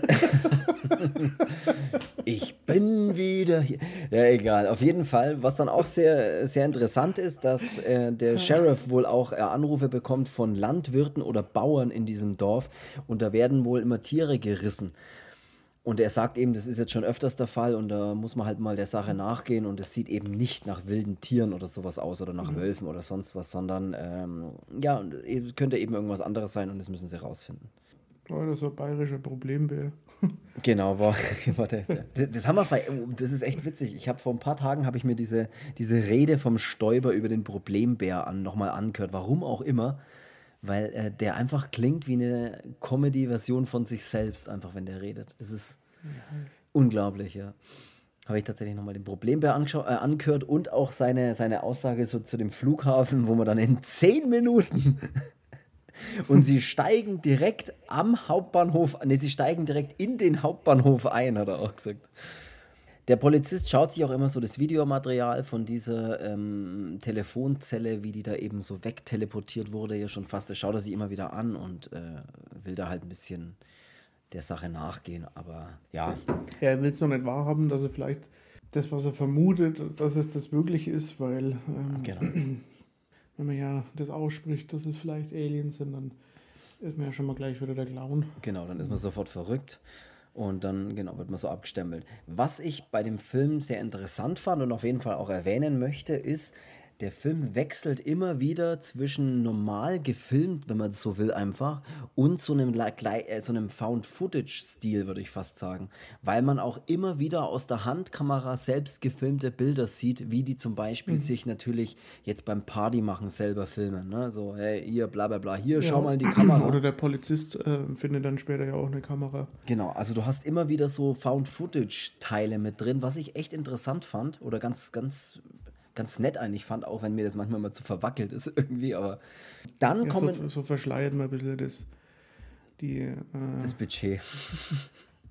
Ich bin wieder hier. Ja, egal. Auf jeden Fall, was dann auch sehr, sehr interessant ist, dass äh, der Sheriff wohl auch äh, Anrufe bekommt von Landwirten oder Bauern in diesem Dorf, und da werden wohl immer Tiere gerissen. Und er sagt eben, das ist jetzt schon öfters der Fall, und da muss man halt mal der Sache nachgehen, und es sieht eben nicht nach wilden Tieren oder sowas aus oder nach mhm. Wölfen oder sonst was, sondern ähm, ja, es könnte eben irgendwas anderes sein, und das müssen sie rausfinden. Oh, das war bayerischer Problembär. Genau, war, warte, das haben wir, das ist echt witzig. Ich habe vor ein paar Tagen habe ich mir diese, diese Rede vom Stoiber über den Problembär an, nochmal angehört, warum auch immer. Weil äh, der einfach klingt wie eine Comedy-Version von sich selbst, einfach wenn der redet. Das ist ja unglaublich, ja. Habe ich tatsächlich nochmal den Problembär angescha- äh, angehört, und auch seine, seine Aussage so zu dem Flughafen, wo man dann in zehn Minuten und sie steigen direkt am Hauptbahnhof, ne, sie steigen direkt in den Hauptbahnhof ein, hat er auch gesagt. Der Polizist schaut sich auch immer so das Videomaterial von dieser ähm, Telefonzelle, wie die da eben so wegteleportiert wurde, ja schon fast. Das schaut er sich immer wieder an und äh, will da halt ein bisschen der Sache nachgehen. Aber ja. Ja, er will es noch nicht wahrhaben, dass er vielleicht das, was er vermutet, dass es das wirklich ist, weil ähm, genau. wenn man ja das ausspricht, dass es vielleicht Aliens sind, dann ist man ja schon mal gleich wieder der Clown. Genau, dann ist man sofort verrückt. Und dann, genau, wird man so abgestempelt. Was ich bei dem Film sehr interessant fand und auf jeden Fall auch erwähnen möchte, ist, der Film wechselt immer wieder zwischen normal gefilmt, wenn man es so will einfach, und so einem, so einem Found-Footage-Stil, würde ich fast sagen. Weil man auch immer wieder aus der Handkamera selbst gefilmte Bilder sieht, wie die zum Beispiel mhm. sich natürlich jetzt beim Party machen selber filmen. Ne? So, hey, hier, bla bla bla, hier, ja. Schau mal in die Kamera. Oder der Polizist äh, findet dann später ja auch eine Kamera. Genau, also du hast immer wieder so Found-Footage-Teile mit drin, was ich echt interessant fand oder ganz, ganz... ganz nett eigentlich fand, auch wenn mir das manchmal mal zu verwackelt ist irgendwie, aber dann ja, kommen... So, so verschleiert man ein bisschen das, die, äh, das Budget.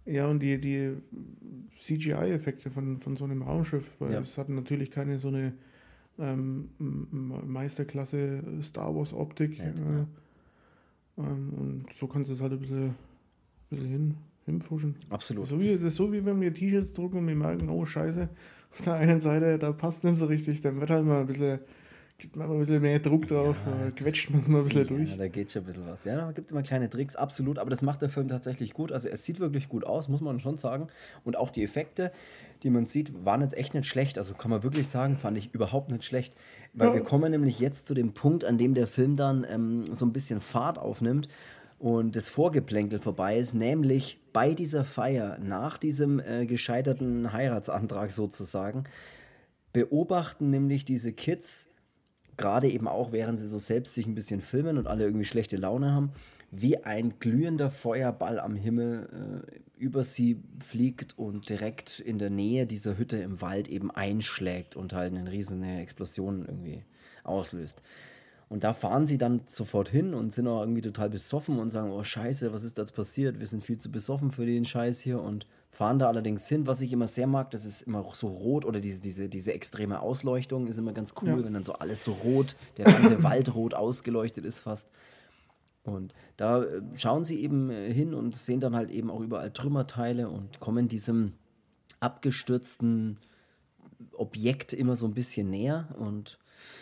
Ja, und die, die C G I-Effekte von, von so einem Raumschiff, weil Ja. es hat natürlich keine so eine ähm, M- Meisterklasse Star Wars-Optik. Nett, Äh, ja. ähm, und so kannst du es halt ein bisschen, bisschen hin, hinpfuschen. Absolut. So wie, das ist so wie wenn wir T-Shirts drucken und wir merken, oh Scheiße, auf der einen Seite, da passt nicht so richtig, dann wird halt mal ein bisschen, gibt man mal ein bisschen mehr Druck drauf, Ja, äh, quetscht man mal ein bisschen Ja, durch. da geht schon ein bisschen was. Ja, da gibt es immer kleine Tricks, absolut. Aber das macht der Film tatsächlich gut. Also es sieht wirklich gut aus, muss man schon sagen. Und auch die Effekte, die man sieht, waren jetzt echt nicht schlecht. Also kann man wirklich sagen, fand ich überhaupt nicht schlecht. Weil wir Ja, kommen nämlich jetzt zu dem Punkt, an dem der Film dann ähm, so ein bisschen Fahrt aufnimmt und das Vorgeplänkel vorbei ist. Nämlich bei dieser Feier, nach diesem äh, gescheiterten Heiratsantrag sozusagen, beobachten nämlich diese Kids gerade eben auch, während sie so selbst sich ein bisschen filmen und alle irgendwie schlechte Laune haben, wie ein glühender Feuerball am Himmel äh, über sie fliegt und direkt in der Nähe dieser Hütte im Wald eben einschlägt und halt eine riesige Explosion irgendwie auslöst. Und da fahren sie dann sofort hin und sind auch irgendwie total besoffen und sagen, oh Scheiße, was ist da jetzt passiert? Wir sind viel zu besoffen für den Scheiß hier und fahren da allerdings hin. Was ich immer sehr mag, das ist immer so rot oder diese, diese, diese extreme Ausleuchtung ist immer ganz ja. cool, wenn dann so alles so rot, der ganze Wald rot ausgeleuchtet ist fast. Und da äh, schauen sie eben äh, hin und sehen dann halt eben auch überall Trümmerteile und kommen diesem abgestürzten Objekt immer so ein bisschen näher und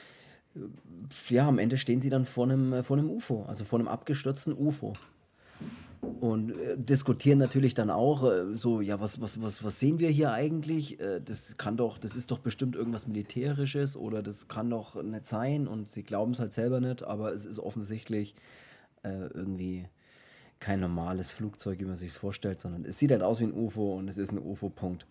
ja, am Ende stehen sie dann vor einem, äh, vor einem U F O, also vor einem abgestürzten U F O. Und äh, diskutieren natürlich dann auch äh, so, ja, was, was, was, was sehen wir hier eigentlich? Äh, das kann doch, das ist doch bestimmt irgendwas Militärisches oder das kann doch nicht sein und sie glauben es halt selber nicht, aber es ist offensichtlich äh, irgendwie kein normales Flugzeug, wie man sich es vorstellt, sondern es sieht halt aus wie ein U F O und es ist ein U F O, Punkt.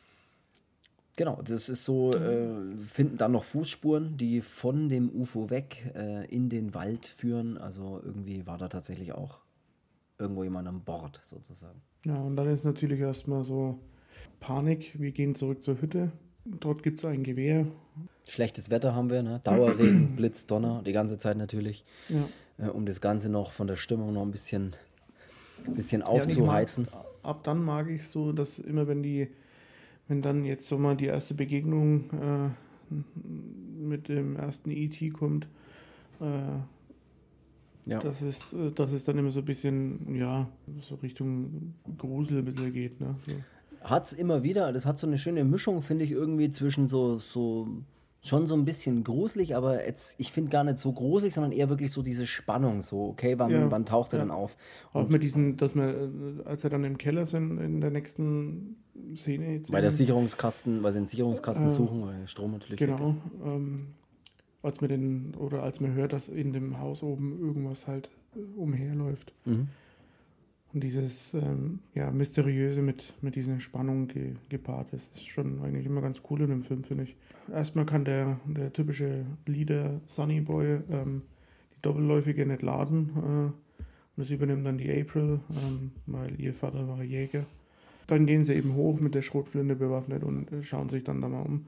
Genau, das ist so, äh, finden dann noch Fußspuren, die von dem U F O weg äh, in den Wald führen. Also irgendwie war da tatsächlich auch irgendwo jemand an Bord sozusagen. Ja, und dann ist natürlich erstmal so Panik, wir gehen zurück zur Hütte. Dort gibt es ein Gewehr. Schlechtes Wetter haben wir, ne? Dauerregen, Blitz, Donner, die ganze Zeit natürlich, Ja, äh, um das Ganze noch von der Stimmung noch ein bisschen, bisschen ja und ich mag's, aufzuheizen. ab dann mag ich so, dass immer wenn die, wenn dann jetzt so mal die erste Begegnung äh, mit dem ersten E T kommt, äh, Ja. dass es, äh, dass es dann immer so ein bisschen, ja, so Richtung Grusel ein bisschen geht, ne? So. Hat es immer wieder, das hat so eine schöne Mischung, finde ich, irgendwie zwischen so, so schon so ein bisschen gruselig, aber jetzt, ich finde gar nicht so gruselig, sondern eher wirklich so diese Spannung, so, okay, wann, Ja, wann taucht er ja. denn auf? Auch Und mit diesen, dass wir, äh, als er dann im Keller sind, in der nächsten Szene, bei der Szene Sicherungskasten, weil sie den Sicherungskasten äh, suchen, weil der Strom natürlich weg genau, ist. ähm, als man den, oder als man hört, dass in dem Haus oben irgendwas halt äh, umherläuft. Mhm. Und dieses ähm, ja, Mysteriöse mit, mit dieser Spannung ge, gepaart ist, ist schon eigentlich immer ganz cool in dem Film, finde ich. Erstmal kann der, der typische Leader Sunny Boy ähm, die Doppelläufige nicht laden. Äh, und das übernimmt dann die April, ähm, weil ihr Vater war Jäger. Dann gehen sie eben hoch mit der Schrotflinte bewaffnet und äh, schauen sich dann da mal um.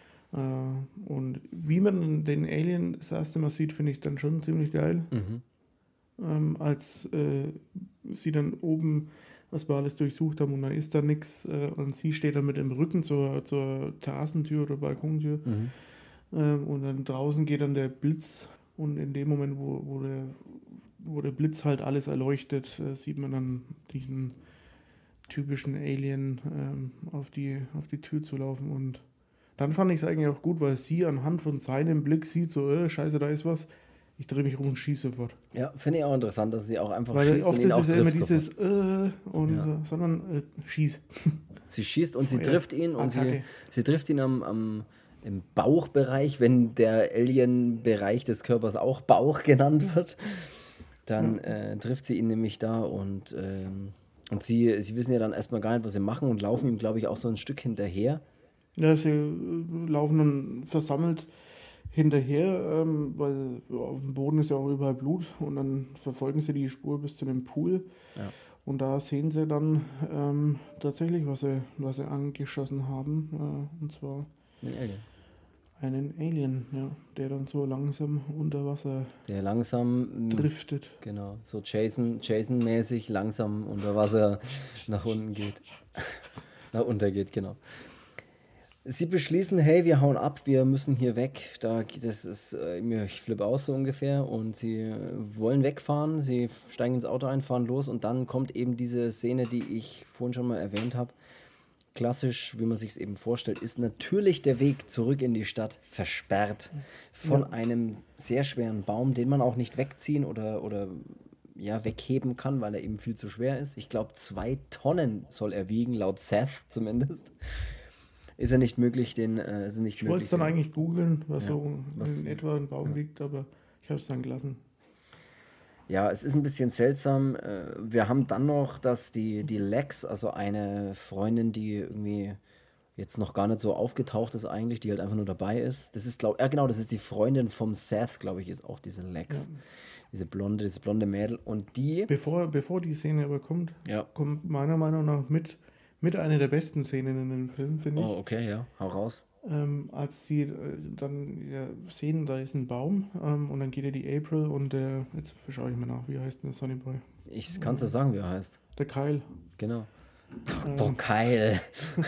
Äh, und wie man den Alien das erste Mal sieht, finde ich dann schon ziemlich geil. Mhm. Ähm, als äh, sie dann oben was wir alles durchsucht haben und dann ist da nichts äh, und sie steht dann mit dem Rücken zur, zur Terrassentür oder Balkontür Mhm. ähm, und dann draußen geht dann der Blitz und in dem Moment, wo, wo, der, wo der Blitz halt alles erleuchtet, äh, sieht man dann diesen typischen Alien ähm, auf, die, auf die Tür zu laufen und dann fand ich es eigentlich auch gut, weil sie anhand von seinem Blick sieht, so, äh, scheiße, da ist was. Ich drehe mich rum und schieße sofort. Ja, finde ich auch interessant, dass sie auch einfach Weil schießt und oft ihn ist auch es ja immer trifft dieses sofort. äh, und Ja. so, sondern äh, schieß. Sie schießt und sie Feuer. trifft ihn und sie, Attacke. sie trifft ihn am, am im Bauchbereich, wenn der Alien-Bereich des Körpers auch Bauch genannt wird. Dann Ja. äh, trifft sie ihn nämlich da und, ähm, und sie, sie wissen ja dann erstmal gar nicht, was sie machen und laufen ihm, glaube ich, auch so ein Stück hinterher. Ja, sie äh, laufen dann versammelt hinterher, ähm, weil ja, auf dem Boden ist ja auch überall Blut und dann verfolgen sie die Spur bis zu dem Pool Ja. und da sehen sie dann ähm, tatsächlich, was sie, was sie angeschossen haben, äh, und zwar Den Alien. einen Alien, ja, der dann so langsam unter Wasser Der langsam, driftet. genau, so Jason, Jason-mäßig langsam unter Wasser nach unten geht. nach unten geht, genau. Sie beschließen, hey, wir hauen ab, wir müssen hier weg. Da geht es, ist, äh, mir- ich flippe aus so ungefähr. Und sie äh, wollen wegfahren, sie steigen ins Auto ein, fahren los. Und dann kommt eben diese Szene, die ich vorhin schon mal erwähnt habe. Klassisch, wie man sich es eben vorstellt, ist natürlich der Weg zurück in die Stadt versperrt von Ja. einem sehr schweren Baum, den man auch nicht wegziehen oder, oder ja, wegheben kann, weil er eben viel zu schwer ist. Ich glaube, zwei Tonnen soll er wiegen, laut Seth zumindest. Ist ja nicht möglich, den, äh, ist es nicht Ich wollte möglich. es dann den- eigentlich googeln, was Ja. so Was- in etwa ein Baum wiegt, aber ich habe es dann gelassen. Ja, es ist ein bisschen seltsam. Äh, Wir haben dann noch, dass die, die Lex, also eine Freundin, die irgendwie jetzt noch gar nicht so aufgetaucht ist eigentlich, die halt einfach nur dabei ist. Das ist, glaube ich, ja genau, das ist die Freundin vom Seth, glaube ich, ist auch diese Lex. Diese blonde, dieses blonde Mädel. Und die, Bevor, bevor die Szene aber kommt, ja, kommt meiner Meinung nach mit, mit einer der besten Szenen in dem Film, finde ich. oh, okay, ja, hau raus. Ähm, als sie äh, dann ja, sehen, da ist ein Baum ähm, und dann geht ja die April und der, jetzt schaue ich mal nach, wie heißt denn der Sonny Boy? Ich kann es dir sagen, wie er heißt. Der Kyle. Genau. Ähm, Doch, Kyle.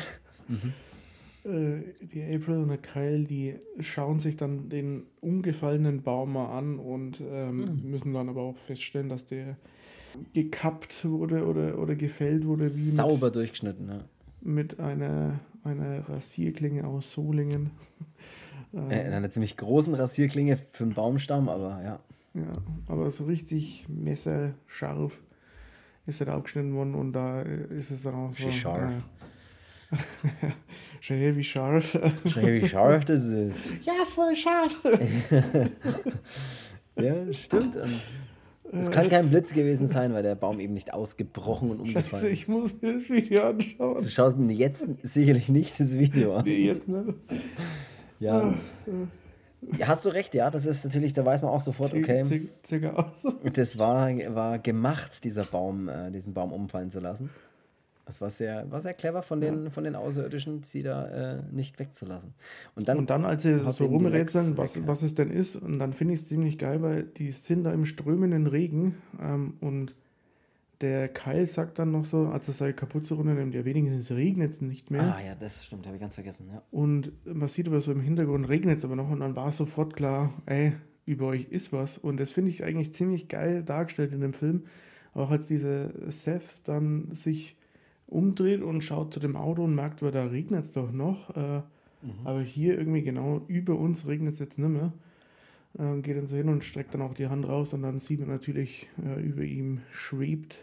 äh, die April und der Kyle, die schauen sich dann den umgefallenen Baum mal an und ähm, müssen dann aber auch feststellen, dass der gekappt wurde oder, oder gefällt wurde wie Sauber durchgeschnitten, ja. mit, mit einer, einer Rasierklinge aus Solingen. Äh, in einer ziemlich großen Rasierklinge für einen Baumstamm, aber ja. Ja, aber so richtig messerscharf ist er da abgeschnitten worden und da äh, ist es dann auch so. Scharf. Äh, schon heavy scharf. Schau, wie scharf das ist. Ja, voll scharf. Ja, stimmt. Ähm, Es kann kein Blitz gewesen sein, weil der Baum eben nicht ausgebrochen und Scheiße, umgefallen ich ist. muss mir das Video anschauen. Du schaust mir jetzt sicherlich nicht das Video an. Nee, jetzt nicht. Ja. Ja, hast du recht, ja. Das ist natürlich, da weiß man auch sofort, okay, Zick- Zicker aus. das war, war gemacht, dieser Baum, äh, diesen Baum umfallen zu lassen. Das war sehr, war sehr clever von den, von den Außerirdischen, sie da äh, nicht wegzulassen. Und dann, Und dann, als sie hat so eben die Lex rumrätseln, was, weg, ja. was es denn ist, und dann finde ich es ziemlich geil, weil die sind da im strömenden Regen ähm, und der Kyle sagt dann noch so, als er seine Kapuze runternimmt, ja wenigstens regnet es nicht mehr. Ah ja, das stimmt, habe ich ganz vergessen. Ja. Und man sieht aber so im Hintergrund regnet es aber noch und dann war sofort klar, ey, über euch ist was. Und das finde ich eigentlich ziemlich geil dargestellt in dem Film. Auch als dieser Seth dann sich umdreht und schaut zu dem Auto und merkt, weil da regnet es doch noch. Äh, Aber hier irgendwie genau über uns regnet es jetzt nicht mehr. Äh, geht dann so hin und streckt dann auch die Hand raus und dann sieht man natürlich, äh, über ihm schwebt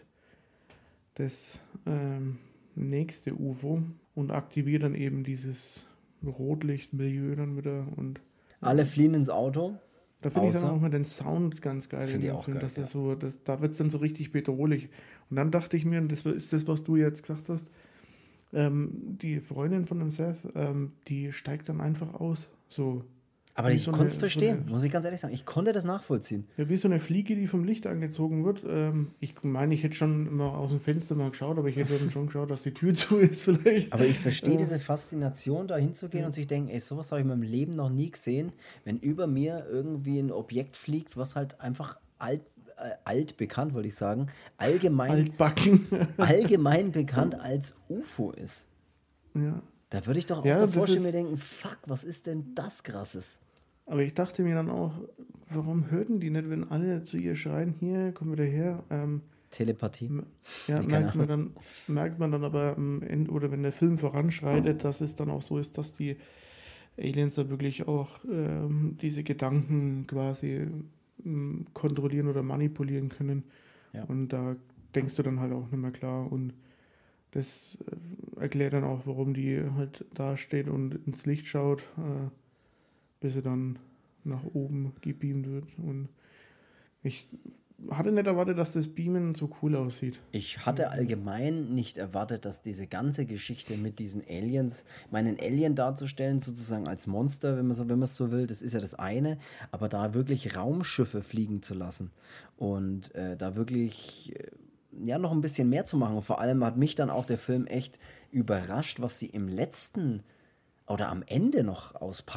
das ähm, nächste U F O und aktiviert dann eben dieses Rotlichtmilieu dann wieder. Und Alle fliehen ins Auto. da finde ich dann Außer- auch mal den Sound ganz geil Find in ich dem auch Film. geil, Dass ja. das so, das, da wird es dann so richtig bedrohlich. Und dann dachte ich mir, und das ist das, was du jetzt gesagt hast, ähm, die Freundin von dem Seth, ähm, die steigt dann einfach aus. So, Aber Wie ich so konnte es eine- verstehen, so eine- muss ich ganz ehrlich sagen. Ich konnte das nachvollziehen. ja, wie so eine Fliege, die vom Licht angezogen wird. Ähm, ich meine, ich hätte schon immer aus dem Fenster mal geschaut, aber ich hätte dann schon geschaut, dass die Tür zu ist vielleicht. Aber ich verstehe Ja. diese Faszination, da hinzugehen und sich denken, ey, sowas habe ich in meinem Leben noch nie gesehen, wenn über mir irgendwie ein Objekt fliegt, was halt einfach alt, äh, altbekannt, wollte ich sagen, allgemein, Altbacken. allgemein bekannt als U F O ist. Ja. Da würde ich doch auch Ja, davor das stehen und ist- mir denken, fuck, was ist denn das Krasses? Aber ich dachte mir dann auch, warum hörten die nicht, wenn alle zu ihr schreien, hier, komm wieder her. Ähm, Telepathie. ja, Nee, keine merkt man, dann, merkt man dann aber am Ende, oder wenn der Film voranschreitet, dass es dann auch so ist, dass die Aliens da wirklich auch ähm, diese Gedanken quasi ähm, kontrollieren oder manipulieren können. Ja. Und da denkst du dann halt auch nicht mehr klar. Und das äh, erklärt dann auch, warum die halt da steht und ins Licht schaut, äh, bis sie dann nach oben gebeamt wird. Und ich hatte nicht erwartet, dass das Beamen so cool aussieht. Ich hatte allgemein nicht erwartet, dass diese ganze Geschichte mit diesen Aliens, meinen Alien darzustellen, sozusagen als Monster, wenn man so, wenn man es so will, das ist ja das eine, aber da wirklich Raumschiffe fliegen zu lassen und äh, da wirklich äh, ja noch ein bisschen mehr zu machen. Und vor allem hat mich dann auch der Film echt überrascht, was sie im letzten oder am Ende noch auspacken.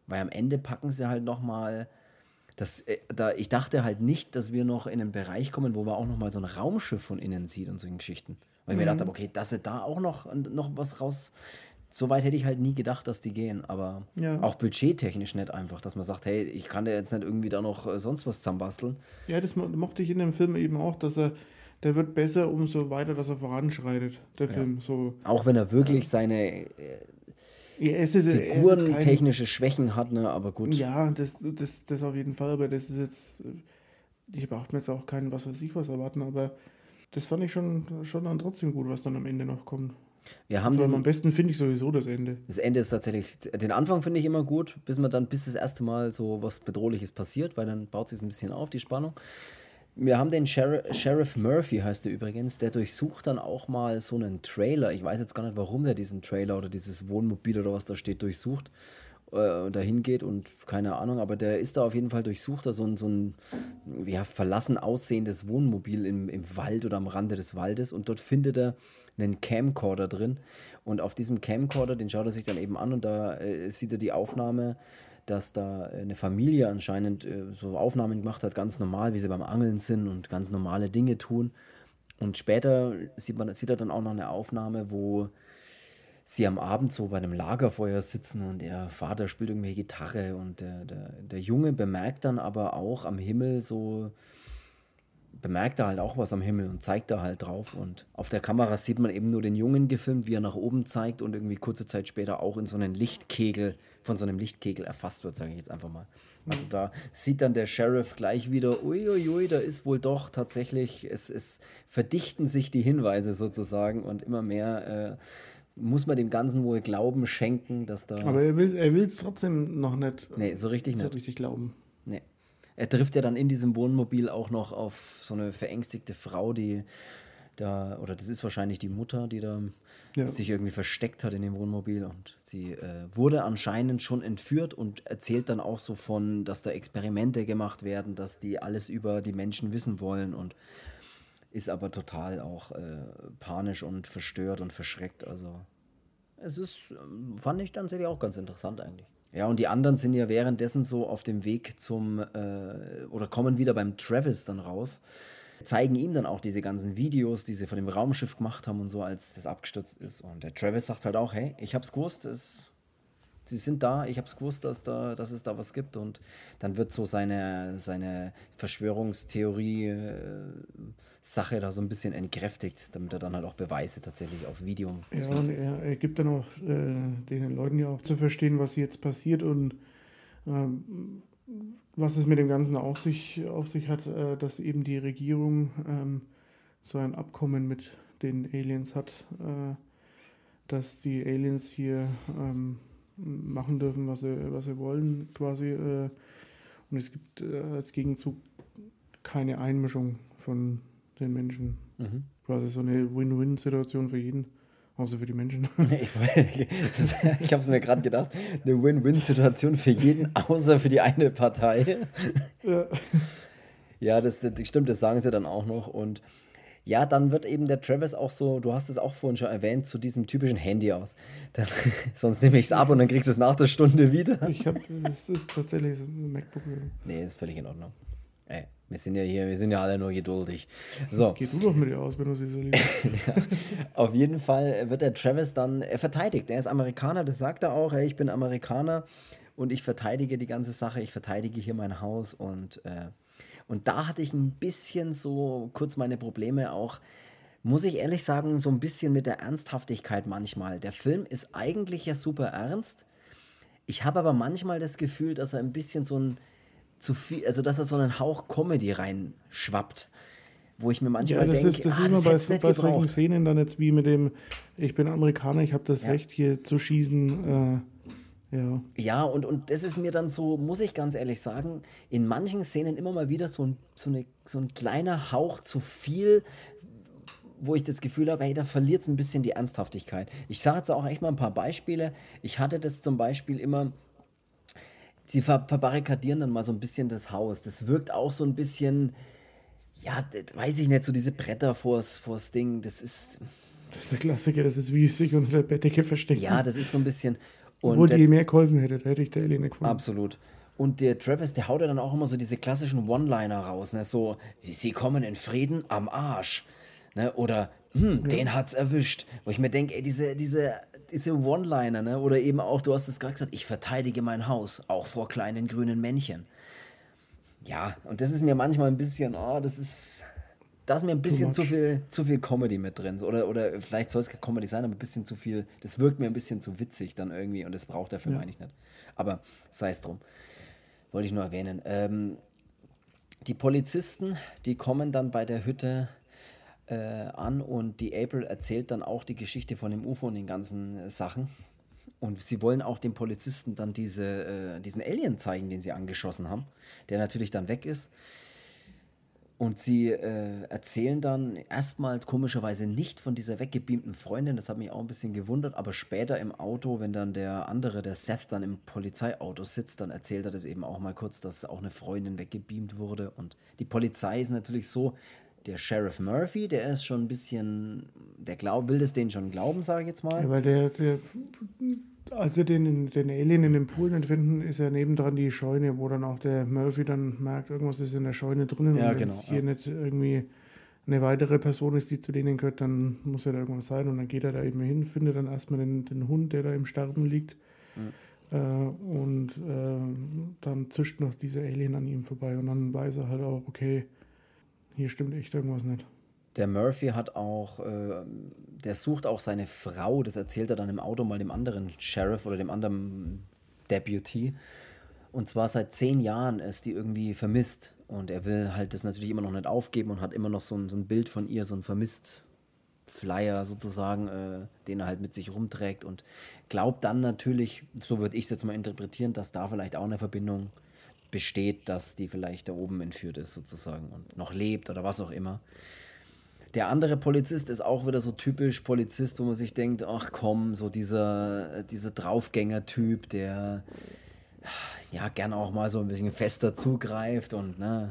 Weil am Ende packen sie halt nochmal, das, äh, da, ich dachte halt nicht, dass wir noch in einen Bereich kommen, wo man auch nochmal so ein Raumschiff von innen sieht und solchen Geschichten. Weil ich mir gedacht habe, okay, dass sie da auch noch, noch was raus. So weit hätte ich halt nie gedacht, dass die gehen. Aber Ja. auch budgettechnisch nicht einfach, dass man sagt, hey, ich kann da jetzt nicht irgendwie da noch äh, sonst was zusammenbasteln. Ja, das mo- mochte ich in dem Film eben auch, dass er, der wird besser, umso weiter, dass er voranschreitet, der Film. So, Auch wenn er wirklich seine äh, ja, es ist, es ist kein, figurentechnische Schwächen hat, ne, aber gut. ja, das, das, das auf jeden Fall, aber das ist jetzt, ich beachte mir jetzt auch keinen, was weiß ich, was erwarten, aber das fand ich schon, schon dann trotzdem gut, was dann am Ende noch kommt. Wir haben Vor allem den, am besten finde ich sowieso das Ende. das Ende ist tatsächlich, den Anfang finde ich immer gut, bis man dann, bis das erste Mal so was Bedrohliches passiert, weil dann baut sich ein bisschen auf, die Spannung. Wir haben den Sheriff, Sheriff Murphy, heißt der übrigens, der durchsucht dann auch mal so einen Trailer. Ich weiß jetzt gar nicht, warum der diesen Trailer oder dieses Wohnmobil oder was da steht, durchsucht, äh, dahin geht und keine Ahnung, aber der ist da auf jeden Fall durchsucht, da so ein, so ein ja, verlassen aussehendes Wohnmobil im, im Wald oder am Rande des Waldes und dort findet er einen Camcorder drin und auf diesem Camcorder, den schaut er sich dann eben an und da äh, sieht er die Aufnahme, dass da eine Familie anscheinend äh, so Aufnahmen gemacht hat, ganz normal, wie sie beim Angeln sind und ganz normale Dinge tun. Und später sieht man, sieht er dann auch noch eine Aufnahme, wo sie am Abend so bei einem Lagerfeuer sitzen und der Vater spielt irgendwie Gitarre und der, der, der Junge bemerkt dann aber auch am Himmel so, bemerkt er halt auch was am Himmel und zeigt da halt drauf und auf der Kamera sieht man eben nur den Jungen gefilmt, wie er nach oben zeigt und irgendwie kurze Zeit später auch in so einen Lichtkegel, von so einem Lichtkegel erfasst wird, sage ich jetzt einfach mal. Also da sieht dann der Sheriff gleich wieder, uiuiui, da ist wohl doch tatsächlich, es, es verdichten sich die Hinweise sozusagen und immer mehr äh, muss man dem Ganzen wohl Glauben schenken, dass da... Aber er will er es trotzdem noch nicht Nee, so richtig so nicht. richtig glauben. Nee. Er trifft ja dann in diesem Wohnmobil auch noch auf so eine verängstigte Frau, die da, oder das ist wahrscheinlich die Mutter, die da Ja. sich irgendwie versteckt hat in dem Wohnmobil und sie äh, wurde anscheinend schon entführt und erzählt dann auch so von, dass da Experimente gemacht werden, dass die alles über die Menschen wissen wollen und ist aber total auch äh, panisch und verstört und verschreckt. Also es ist, ähm, fand ich tatsächlich auch ganz interessant eigentlich. Ja, und die anderen sind ja währenddessen so auf dem Weg zum, äh, oder kommen wieder beim Travis dann raus, zeigen ihm dann auch diese ganzen Videos, die sie von dem Raumschiff gemacht haben und so, als das abgestürzt ist. Und der Travis sagt halt auch, hey, ich hab's gewusst, es, sie sind da, ich hab's gewusst, dass, da, dass es da was gibt. Und dann wird so seine, seine Verschwörungstheorie-Sache da so ein bisschen entkräftigt, damit er dann halt auch Beweise tatsächlich auf Video Ja, sieht. und er, er gibt dann auch äh, den Leuten ja auch zu verstehen, was jetzt passiert und ähm, was es mit dem Ganzen auf sich, auf sich hat, äh, dass eben die Regierung ähm, so ein Abkommen mit den Aliens hat, äh, dass die Aliens hier ähm, machen dürfen, was sie, was sie wollen, quasi. Äh, und es gibt äh, als Gegenzug keine Einmischung von den Menschen. Mhm. Quasi so eine Win-Win-Situation für jeden, außer für die Menschen. Ich, ich habe es mir gerade gedacht, eine Win-Win-Situation für jeden, außer für die eine Partei. Ja. Ja, das, das stimmt, das sagen sie dann auch noch. Und ja, dann wird eben der Travis auch so, du hast es auch vorhin schon erwähnt, zu diesem typischen Handy aus. Dann, sonst nehme ich es ab und dann kriegst du es nach der Stunde wieder. Ich habe, das ist tatsächlich ein MacBook gewesen. Nee, ist völlig in Ordnung. Ey, wir sind ja hier, wir sind ja alle nur geduldig. So. Geh du doch mit dir aus, wenn du sie so liebst. Ja, auf jeden Fall wird der Travis dann er verteidigt. Er ist Amerikaner, das sagt er auch. Hey, ich bin Amerikaner und ich verteidige die ganze Sache. Ich verteidige hier mein Haus. Und, äh, und da hatte ich ein bisschen so kurz meine Probleme auch, muss ich ehrlich sagen, so ein bisschen mit der Ernsthaftigkeit manchmal. Der Film ist eigentlich ja super ernst. Ich habe aber manchmal das Gefühl, dass er ein bisschen so ein zu viel, also dass er so einen Hauch Comedy reinschwappt. Wo ich mir manchmal Ja, das denke, ist, das ah, ist das immer hätte es bei, nicht bei solchen gebraucht. Szenen dann jetzt wie mit dem, ich bin Amerikaner, ich habe das Ja. Recht hier zu schießen. Äh, ja. Ja, und, und das ist mir dann so, muss ich ganz ehrlich sagen, in manchen Szenen immer mal wieder so ein, so eine, so ein kleiner Hauch zu viel, wo ich das Gefühl habe, hey, da verliert es ein bisschen die Ernsthaftigkeit. Ich sage jetzt auch echt mal ein paar Beispiele. Ich hatte das zum Beispiel immer, sie ver verbarrikadieren dann mal so ein bisschen das Haus. Das wirkt auch so ein bisschen, ja, das weiß ich nicht, so diese Bretter vors, vors Ding, das ist, Das ist der Klassiker, das ist wie sich unter der Bettdecke verstecken. ja, das ist so ein bisschen. Obwohl die mehr geholfen hätte, hätte ich der Alien nicht gefunden. Absolut. Und der Travis, der haut ja dann auch immer so diese klassischen One-Liner raus, ne? So, sie kommen in Frieden am Arsch. Ne? Oder, hm, ja. den hat's erwischt. Wo ich mir denke, ey, diese, diese, diese One-Liner, ne? Oder eben auch, du hast es gerade gesagt, ich verteidige mein Haus, auch vor kleinen grünen Männchen. Ja, und das ist mir manchmal ein bisschen, oh, das ist, da ist mir ein bisschen zu viel, zu viel Comedy mit drin. Oder, oder vielleicht soll es keine Comedy sein, aber ein bisschen zu viel, das wirkt mir ein bisschen zu witzig dann irgendwie und das braucht der Film ja. eigentlich nicht. Aber sei es drum. Wollte ich nur erwähnen. Ähm, die Polizisten, die kommen dann bei der Hütte äh, an und die April erzählt dann auch die Geschichte von dem U F O und den ganzen äh, Sachen. Und sie wollen auch den Polizisten dann diese, äh, diesen Alien zeigen, den sie angeschossen haben, der natürlich dann weg ist. Und sie äh, erzählen dann erstmal komischerweise nicht von dieser weggebeamten Freundin, das hat mich auch ein bisschen gewundert, aber später im Auto, wenn dann der andere, der Seth, dann im Polizeiauto sitzt, dann erzählt er das eben auch mal kurz, dass auch eine Freundin weggebeamt wurde. Und die Polizei ist natürlich so, der Sheriff Murphy, der ist schon ein bisschen, der glaub, will das denen schon glauben, sage ich jetzt mal. Ja, weil der, der als sie den, den Alien in dem Pool finden, ist ja nebendran die Scheune, wo dann auch der Murphy dann merkt, irgendwas ist in der Scheune drinnen. Ja, und wenn genau, es hier ja. nicht irgendwie eine weitere Person ist, die zu denen gehört, dann muss ja da irgendwas sein. Und dann geht er da eben hin, findet dann erstmal den, den Hund, der da im Sterben liegt. Mhm. Äh, und äh, dann zischt noch dieser Alien an ihm vorbei. Und dann weiß er halt auch, okay, hier stimmt echt irgendwas nicht. Der Murphy hat auch, äh, der sucht auch seine Frau, das erzählt er dann im Auto mal dem anderen Sheriff oder dem anderen Deputy. Und zwar seit zehn Jahren ist die irgendwie vermisst. Und er will halt das natürlich immer noch nicht aufgeben und hat immer noch so ein, so ein Bild von ihr, so ein Vermisst-Flyer sozusagen, äh, den er halt mit sich rumträgt. Und glaubt dann natürlich, so würde ich es jetzt mal interpretieren, dass da vielleicht auch eine Verbindung besteht, dass die vielleicht da oben entführt ist sozusagen und noch lebt oder was auch immer. Der andere Polizist ist auch wieder so typisch Polizist, wo man sich denkt, ach komm, so dieser, dieser Draufgänger-Typ, der ja gern auch mal so ein bisschen fester zugreift und ne,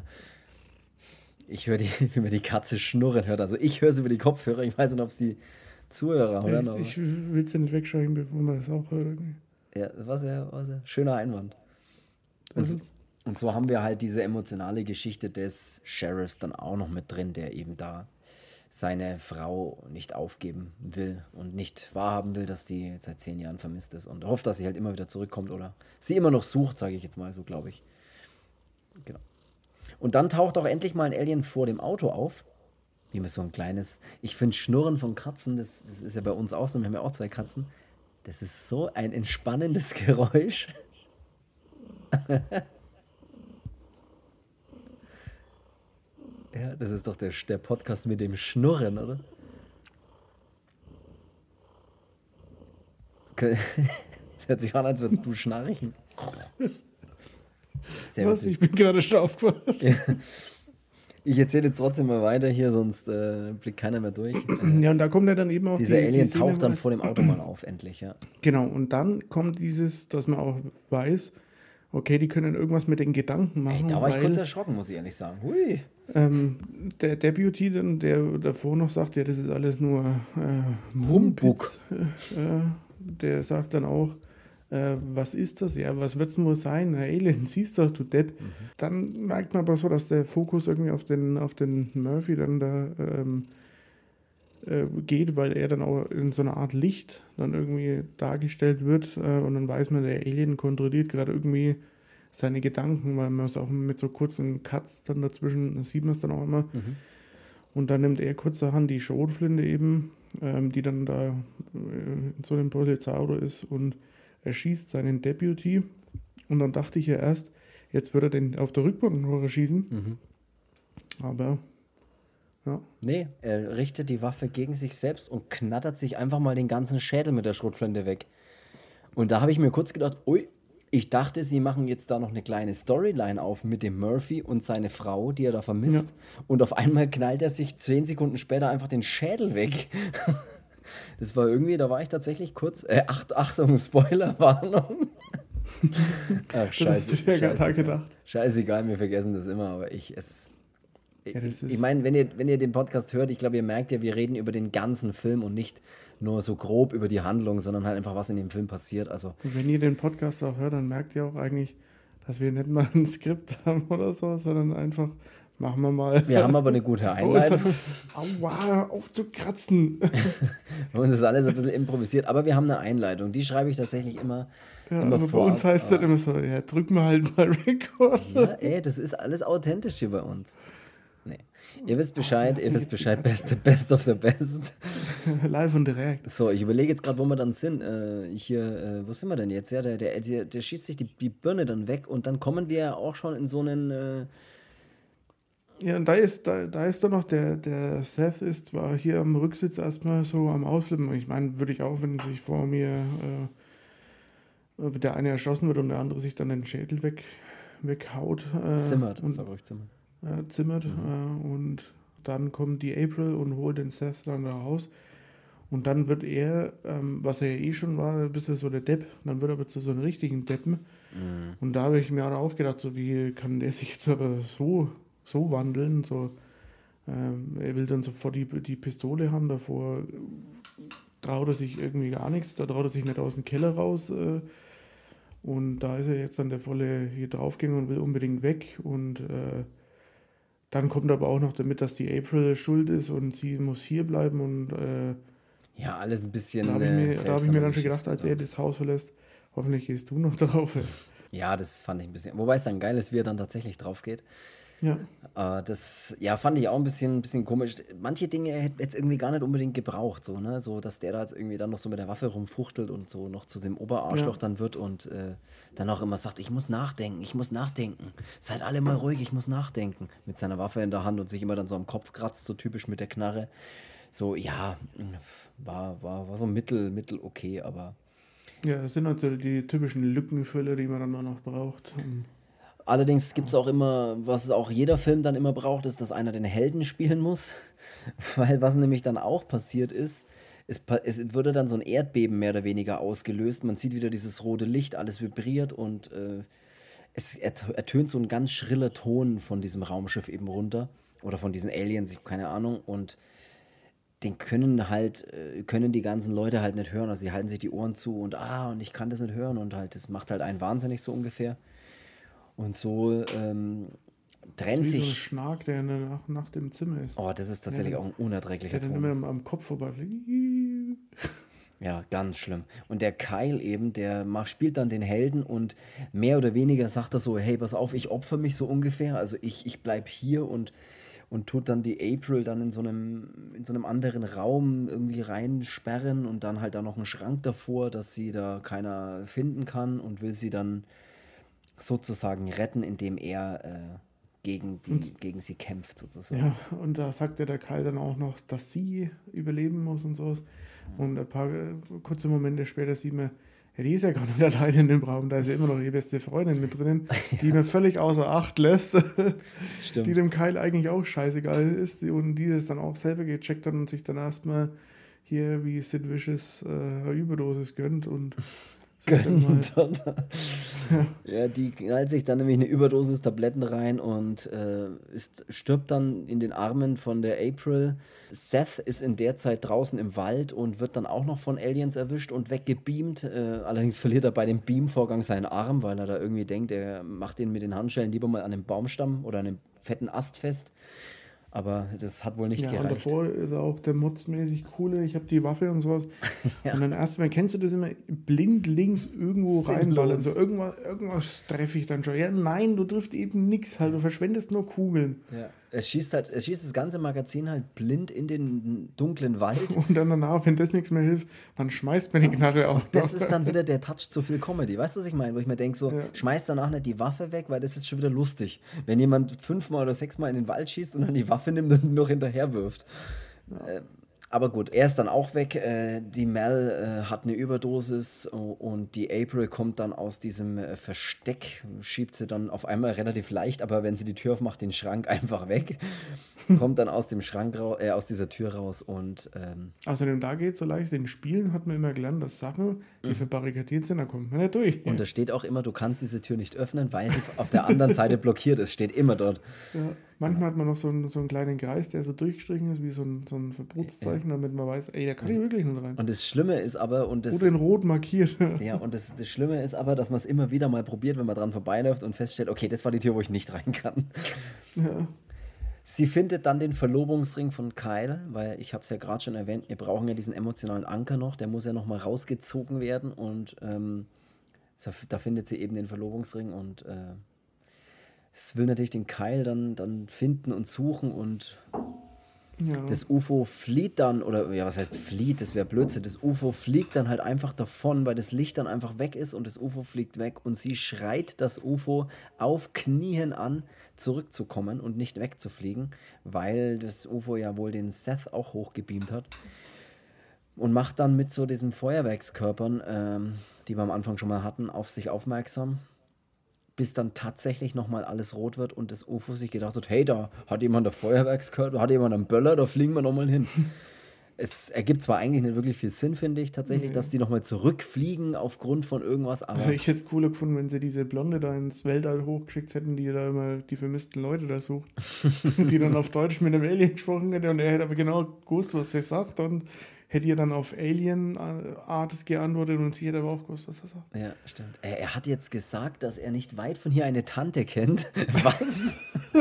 ich höre die, wie mir die Katze schnurren hört. Also ich höre sie über die Kopfhörer, ich weiß nicht, ob es die Zuhörer hören. Ich, ich will es ja nicht wegschreiben, bevor man das auch hört. Irgendwie. Ja, was ja, was ja. Schöner Einwand. Und, und so haben wir halt diese emotionale Geschichte des Sheriffs dann auch noch mit drin, der eben da seine Frau nicht aufgeben will und nicht wahrhaben will, dass die seit zehn Jahren vermisst ist und hofft, dass sie halt immer wieder zurückkommt oder sie immer noch sucht, sage ich jetzt mal so, glaube ich. Genau. Und dann taucht auch endlich mal ein Alien vor dem Auto auf. Wie mir so ein kleines, ich finde Schnurren von Katzen, das, das ist ja bei uns auch so, wir haben ja auch zwei Katzen. Das ist so ein entspannendes Geräusch. Ja, das ist doch der, der Podcast mit dem Schnurren, oder? Das hört sich an, als würdest du schnarchen. Sehr Was? Witzig. Ich bin gerade schon aufgewacht. Ich erzähle jetzt trotzdem mal weiter hier, sonst äh, blickt keiner mehr durch. Ja, und da kommt er dann eben auch. Dieser die, Alien die taucht dann vor dem Auto mal auf, endlich, ja. Genau, und dann kommt dieses, dass man auch weiß, okay, die können irgendwas mit den Gedanken machen. Ey, da war weil, ich kurz erschrocken, muss ich ehrlich sagen. Hui. Ähm, der Deputy, dann, der davor noch sagt, ja, das ist alles nur äh, Humbug. Äh, der sagt dann auch, äh, was ist das? Ja, was wird es nur sein? Na, Alien, siehst du, du Depp. Mhm. Dann merkt man aber so, dass der Fokus irgendwie auf den, auf den Murphy dann da ähm, äh, geht, weil er dann auch in so einer Art Licht dann irgendwie dargestellt wird äh, und dann weiß man, der Alien kontrolliert gerade irgendwie seine Gedanken, weil man es auch mit so kurzen Cuts dann dazwischen sieht man es dann auch immer. Mhm. Und dann nimmt er kurzerhand die Schrotflinte eben, ähm, die dann da äh, in so einem Polizeiauto ist und er schießt seinen Deputy. Und dann dachte ich ja erst, jetzt wird er den auf der Rückbank noch erschießen. Mhm. Aber, ja. Nee, er richtet die Waffe gegen sich selbst und knattert sich einfach mal den ganzen Schädel mit der Schrotflinte weg. Und da habe ich mir kurz gedacht, ui, ich dachte, sie machen jetzt da noch eine kleine Storyline auf mit dem Murphy und seine Frau, die er da vermisst. Ja. Und auf einmal knallt er sich zehn Sekunden später einfach den Schädel weg. Das war irgendwie, da war ich tatsächlich kurz, äh, Acht, Achtung, Spoilerwarnung. Ach, scheiße. Das hast du dir ja gar nicht gedacht. Scheißegal, wir vergessen das immer, aber ich, es, Ja, das ich ist, meine, wenn ihr, wenn ihr den Podcast hört, ich glaube, ihr merkt ja, wir reden über den ganzen Film und nicht nur so grob über die Handlung, sondern halt einfach, was in dem Film passiert. Also, wenn ihr den Podcast auch hört, dann merkt ihr auch eigentlich, dass wir nicht mal ein Skript haben oder so, sondern einfach machen wir mal. wir haben aber eine gute Bei uns hat, Einleitung. aua, aufzukratzen. Bei uns ist alles ein bisschen improvisiert, aber wir haben eine Einleitung. Die schreibe ich tatsächlich immer, Ja, immer aber bei vor. uns heißt das immer so, ja, drücken wir halt mal Record. Ja, ey, das ist alles authentisch hier bei uns. Nee. Ihr wisst Bescheid, ihr wisst Bescheid, best, best of the best. Live und direkt. So, ich überlege jetzt gerade, wo wir dann sind. Äh, hier, äh, wo sind wir denn jetzt? Ja, der, der, der, der schießt sich die, die Birne dann weg und dann kommen wir ja auch schon in so einen. Äh, Ja, und da ist, da, da ist doch noch, der, der Seth ist zwar hier am Rücksitz erstmal so am Ausflippen. Ich meine, würde ich auch, wenn sich vor mir äh, der eine erschossen wird und der andere sich dann den Schädel weg, weghaut. Äh, zimmert, und, sag ruhig zimmert. äh, zimmert. Mhm. Äh, und dann kommt die April und holt den Seth dann da raus. Und dann wird er, ähm, was er ja eh schon war, ein bisschen so der Depp, dann wird er aber zu so einem richtigen Deppen. Mhm. Und da habe ich mir auch gedacht, so wie kann der sich jetzt aber so, so wandeln? So, ähm, er will dann sofort die, die Pistole haben, davor traut er sich irgendwie gar nichts, da traut er sich nicht aus dem Keller raus. Äh, und da ist er jetzt dann der volle hier draufgegangen und will unbedingt weg. Und äh, dann kommt aber auch noch damit, dass die April schuld ist und sie muss hier bleiben. Und äh, Ja, alles ein bisschen. da habe ich, äh, mir- da hab ich seltsame mir dann schon gedacht, Geschichte, als ja. er das Haus verlässt, hoffentlich gehst du noch drauf. Ja, das fand ich ein bisschen. Wobei es dann geil ist, wie er dann tatsächlich drauf geht. Ja, Äh, das, ja, fand ich auch ein bisschen, ein bisschen komisch. Manche Dinge hätte es irgendwie gar nicht unbedingt gebraucht, so, ne? So, dass der da jetzt irgendwie dann noch so mit der Waffe rumfuchtelt und so noch zu dem Oberarschloch Ja. dann wird und äh, dann auch immer sagt, ich muss nachdenken, ich muss nachdenken. Seid alle mal ruhig, ich muss nachdenken. Mit seiner Waffe in der Hand und sich immer dann so am Kopf kratzt, so typisch mit der Knarre. So, ja, war, war, war so mittel, mittel okay, aber. ja, das sind halt so die typischen Lückenfüller, die man dann auch noch braucht. Ähm, Allerdings gibt es auch immer, was auch jeder Film dann immer braucht, ist, dass einer den Helden spielen muss. Weil was nämlich dann auch passiert ist, es, pa- es wurde dann so ein Erdbeben mehr oder weniger ausgelöst. Man sieht wieder dieses rote Licht, alles vibriert und äh, es ert- ertönt so ein ganz schriller Ton von diesem Raumschiff eben runter. Oder von diesen Aliens, ich habe keine Ahnung. Und den können halt, äh, können die ganzen Leute halt nicht hören. Also die halten sich die Ohren zu und ah, und ich kann das nicht hören. Und halt, das macht halt einen wahnsinnig so ungefähr. Und so ähm, das ist trennt wie so ein sich. Schnark, der in der Nacht, Nacht im Zimmer ist. Oh, das ist tatsächlich Ja, auch ein der unerträglicher dann immer Ton. am, am Kopf vorbeifliegt. Ja, ganz schlimm. Und der Kyle eben, der macht, spielt dann den Helden und mehr oder weniger sagt er so, hey, pass auf, ich opfer mich so ungefähr. Also ich, ich bleib hier und, und tut dann die April dann in so einem, in so einem anderen Raum irgendwie reinsperren und dann halt da noch einen Schrank davor, dass sie da keiner finden kann und will sie dann sozusagen retten, indem er äh, gegen, die, gegen sie kämpft sozusagen. Ja, und da sagt ja der Kai dann auch noch, dass sie überleben muss und sowas. Und ein paar äh, kurze Momente später sieht man, ja, die ist ja gar nicht alleine in dem Raum, da ist ja immer noch ihre beste Freundin mit drinnen, die man völlig außer Acht lässt, die Stimmt. dem Kyle eigentlich auch scheißegal ist und die das dann auch selber gecheckt hat und sich dann erstmal hier wie Sid Vicious äh, eine Überdosis gönnt und sich dann mal, Gönnt, oder? Ja, die knallt sich dann nämlich eine Überdosis Tabletten rein und äh, ist, stirbt dann in den Armen von der April. Seth ist in der Zeit draußen im Wald und wird dann auch noch von Aliens erwischt und weggebeamt. Äh, allerdings verliert er bei dem Beamvorgang seinen Arm, weil er da irgendwie denkt, er macht ihn mit den Handschellen lieber mal an einem Baumstamm oder an einem fetten Ast fest. Aber das hat wohl nicht ja, und gereicht. davor ist auch der modsmäßig coole, ich habe die Waffe und sowas. Ja. Und dann erst mal, kennst du das immer, blind links irgendwo Sinnlos. reinballern, so irgendwas, irgendwas treffe ich dann schon. Ja, nein, du triffst eben nichts halt, du verschwendest nur Kugeln. Ja. Es schießt halt, es schießt das ganze Magazin halt blind in den dunklen Wald. Und dann danach, wenn das nichts mehr hilft, dann schmeißt man die Knarre auch Das noch. ist dann wieder der Touch zu viel Comedy. Weißt du, was ich meine? Wo ich mir denke, so, Ja. schmeiß danach nicht die Waffe weg, weil das ist schon wieder lustig. Wenn jemand fünfmal oder sechsmal in den Wald schießt und dann die Waffe nimmt und noch hinterher wirft. Äh, aber gut, er ist dann auch weg. Äh, die Mel äh, hat eine Überdosis oh, und die April kommt dann aus diesem äh, Versteck, schiebt sie dann auf einmal relativ leicht, aber wenn sie die Tür aufmacht, den Schrank einfach weg. Kommt dann aus dem Schrank raus, äh, aus dieser Tür raus und ähm, Außerdem, da geht so leicht, in Spielen hat man immer gelernt, dass Sachen, die verbarrikadiert sind, da kommt man nicht durch. und da steht auch immer, du kannst diese Tür nicht öffnen, weil sie auf der anderen Seite blockiert ist. Steht immer dort. Ja. Manchmal hat man noch so einen, so einen kleinen Kreis, der so durchgestrichen ist, wie so ein, so ein Verbotszeichen, damit man weiß, ey, da kann ich wirklich nicht rein. Und das Schlimme ist aber, und das, Oder in Rot markiert. ja, und das, das Schlimme ist aber, dass man es immer wieder mal probiert, wenn man dran vorbeiläuft und feststellt, okay, das war die Tür, wo ich nicht rein kann. Ja. Sie findet dann den Verlobungsring von Kyle, weil ich habe es ja gerade schon erwähnt, wir brauchen ja diesen emotionalen Anker noch, der muss ja noch mal rausgezogen werden und ähm, da findet sie eben den Verlobungsring und äh, es will natürlich den Kyle dann, dann finden und suchen und Ja. das U F O flieht dann, oder ja, was heißt flieht, das wäre Blödsinn, das U F O fliegt dann halt einfach davon, weil das Licht dann einfach weg ist und das U F O fliegt weg und sie schreit das U F O auf Knien an, zurückzukommen und nicht wegzufliegen, weil das U F O ja wohl den Seth auch hochgebeamt hat und macht dann mit so diesen Feuerwerkskörpern, ähm, die wir am Anfang schon mal hatten, auf sich aufmerksam, bis dann tatsächlich nochmal alles rot wird und das U F O sich gedacht hat, hey, da hat jemand ein Feuerwerkskörper, hat jemand einen Böller, da fliegen wir nochmal hin. Es ergibt zwar eigentlich nicht wirklich viel Sinn, finde ich, tatsächlich, Nee. dass die nochmal zurückfliegen aufgrund von irgendwas, aber Also ich hätte es cooler gefunden, wenn sie diese Blonde da ins Weltall hochgeschickt hätten, die da immer die vermissten Leute da sucht. Die dann auf Deutsch mit einem Alien gesprochen hätte und er hätte aber genau gewusst, was er sagt und hätte ihr dann auf Alien-Art geantwortet und sie hätte aber auch gewusst, was er sagt. ja, stimmt. Er, er hat jetzt gesagt, dass er nicht weit von hier eine Tante kennt. Was?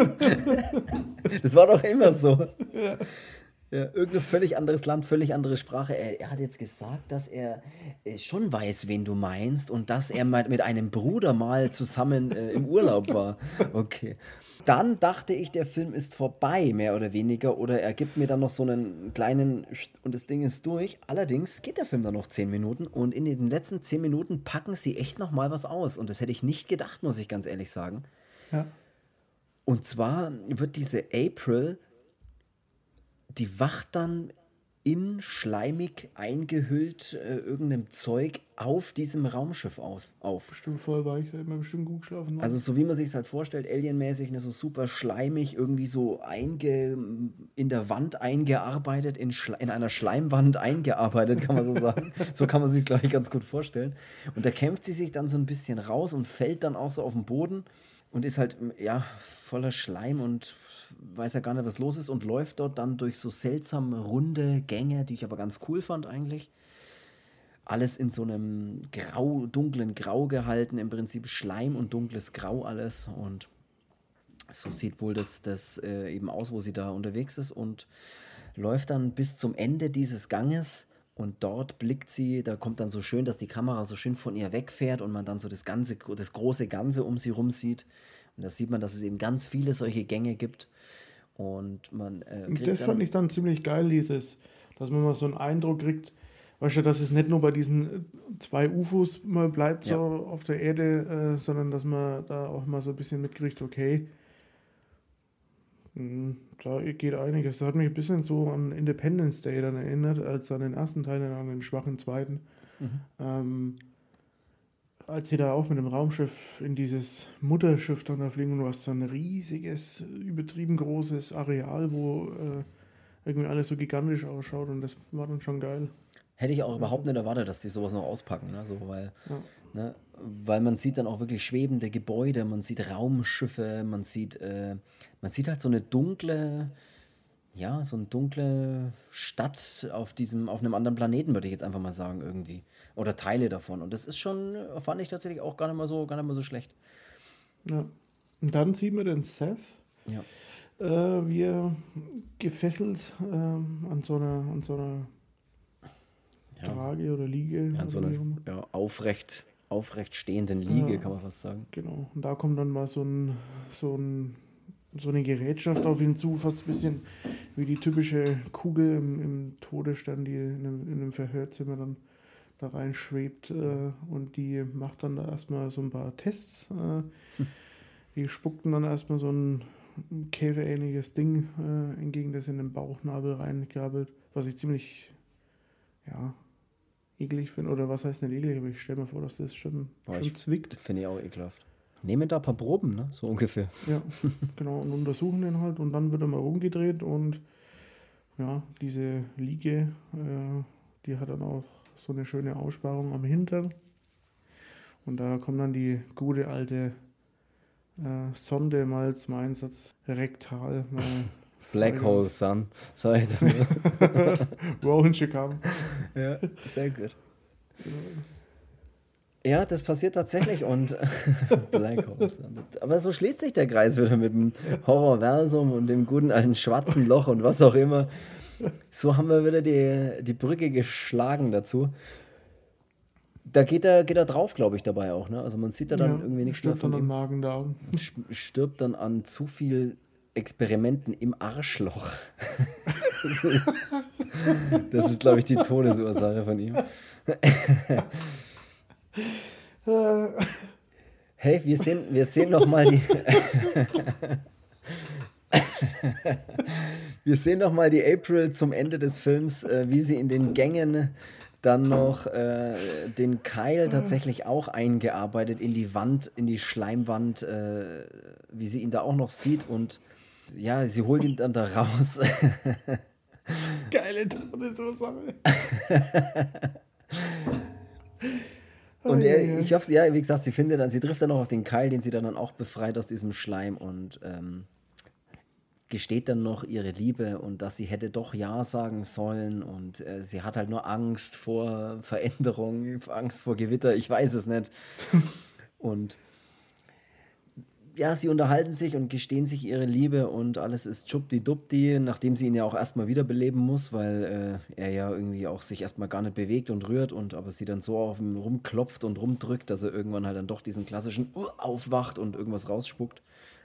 Das war doch immer so. Ja. Ja, irgendein völlig anderes Land, völlig andere Sprache. Er, er hat jetzt gesagt, dass er äh, schon weiß, wen du meinst und dass er mal mit einem Bruder mal zusammen äh, im Urlaub war. Okay. Dann dachte ich, der Film ist vorbei, mehr oder weniger, oder er gibt mir dann noch so einen kleinen und das Ding ist durch. Allerdings geht der Film dann noch zehn Minuten und in den letzten zehn Minuten packen sie echt noch mal was aus und das hätte ich nicht gedacht, muss ich ganz ehrlich sagen. Ja. Und zwar wird diese April, die wacht dann in schleimig eingehüllt äh, irgendeinem Zeug auf diesem Raumschiff aus, auf. Bestimmt voll weich, da hätte man bestimmt gut geschlafen. Also so wie man sich es halt vorstellt, alienmäßig, ne, so super schleimig, irgendwie so einge, in der Wand eingearbeitet, in, Schle in einer Schleimwand eingearbeitet, kann man so sagen. So kann man sich glaube ich, ganz gut vorstellen. Und da kämpft sie sich dann so ein bisschen raus und fällt dann auch so auf den Boden und ist halt, ja, voller Schleim und weiß ja gar nicht, was los ist und läuft dort dann durch so seltsam runde Gänge, die ich aber ganz cool fand eigentlich. Alles in so einem grau, dunklen Grau gehalten, im Prinzip Schleim und dunkles Grau alles und so sieht wohl das, das äh, eben aus, wo sie da unterwegs ist und läuft dann bis zum Ende dieses Ganges und dort blickt sie, da kommt dann so schön, dass die Kamera so schön von ihr wegfährt und man dann so das ganze, das große Ganze um sie rum sieht und da sieht man, dass es eben ganz viele solche Gänge gibt und man äh, Und kriegt das dann, fand ich dann ziemlich geil, dieses, dass man mal so einen Eindruck kriegt, weißt du, dass es nicht nur bei diesen äh, zwei U F Os mal bleibt, Ja. so auf der Erde, äh, sondern dass man da auch mal so ein bisschen mitkriegt, okay, mh, da geht einiges. Das hat mich ein bisschen so an Independence Day dann erinnert, als an den ersten Teil, dann an den schwachen zweiten. Mhm. Ähm, als sie da auch mit dem Raumschiff in dieses Mutterschiff dann da fliegen und du hast so ein riesiges, übertrieben großes Areal, wo äh, irgendwie alles so gigantisch ausschaut und das war dann schon geil. hätte ich auch überhaupt nicht erwartet, dass die sowas noch auspacken, ne? So, weil, Ja. ne? Weil man sieht dann auch wirklich schwebende Gebäude, man sieht Raumschiffe, man sieht, äh, man sieht halt so eine dunkle, ja, so eine dunkle Stadt auf diesem, auf einem anderen Planeten, würde ich jetzt einfach mal sagen, irgendwie. Oder Teile davon. Und das ist schon, äh, fand ich tatsächlich auch gar nicht mal so, gar nicht mal so schlecht. Ja. Und dann sieht man den Seth, Ja. äh, wie er gefesselt ähm, an so einer, an so einer Ja. Trage oder Liege. Ja, an so oder einer wie auch immer. ja, aufrecht, aufrecht stehenden Liege, Ja. kann man fast sagen. Genau. Und da kommt dann mal so ein, so ein so eine Gerätschaft auf ihn zu, fast ein bisschen wie die typische Kugel im, im Todesstern, die in einem, in einem Verhörzimmer dann da reinschwebt äh, und die macht dann da erstmal so ein paar Tests. Äh, die spuckten dann erstmal so ein käferähnliches Ding äh, entgegen, das in den Bauchnabel reingrabbelt, was ich ziemlich, ja, eklig finde. Oder was heißt nicht eklig, aber ich stelle mir vor, dass das schon, Boah, schon ich- zwickt. Finde ich auch ekelhaft. Nehmen da ein paar Proben, ne? So ungefähr. Ja, genau, und untersuchen den halt und dann wird er mal rumgedreht und ja, diese Liege, äh, die hat dann auch so eine schöne Aussparung am Hintern und da kommt dann die gute alte äh, Sonde mal zum Einsatz, rektal mal Black Hole Sun. Soll ich Rowan Chicago. Ja, sehr gut. Ja, das passiert tatsächlich und Black Hole Sun. Aber so schließt sich der Kreis wieder mit dem Horrorversum und dem guten alten schwarzen Loch und was auch immer. So haben wir wieder die, die Brücke geschlagen dazu. Da geht er, geht er drauf, glaube ich, dabei auch. Ne? Also man sieht da dann Ja, irgendwie nichts mehr stirbt von dann an ihm. Magen-Darm. Sch- Stirbt dann an zu viel Experimenten im Arschloch. Das ist, das ist glaube ich, die Todesursache von ihm. Hey, wir sehen, wir sehen noch mal die... wir sehen noch mal die April zum Ende des Films, äh, wie sie in den Gängen dann noch äh, den Kyle tatsächlich auch eingearbeitet in die Wand, in die Schleimwand, äh, wie sie ihn da auch noch sieht und ja, sie holt ihn dann da raus. Geile Todesursache. Und er, ich hoffe, ja, wie gesagt, sie findet dann, sie trifft dann noch auf den Kyle, den sie dann, dann auch befreit aus diesem Schleim und ähm, gesteht dann noch ihre Liebe und dass sie hätte doch Ja sagen sollen und äh, sie hat halt nur Angst vor Veränderung, Angst vor Gewitter, ich weiß es nicht. Und ja, sie unterhalten sich und gestehen sich ihre Liebe und alles ist schubdi-dubdi, nachdem sie ihn ja auch erstmal wiederbeleben muss, weil äh, er ja irgendwie auch sich erstmal gar nicht bewegt und rührt und aber sie dann so auf ihm rumklopft und rumdrückt, dass er irgendwann halt dann doch diesen klassischen uh, aufwacht und irgendwas rausspuckt.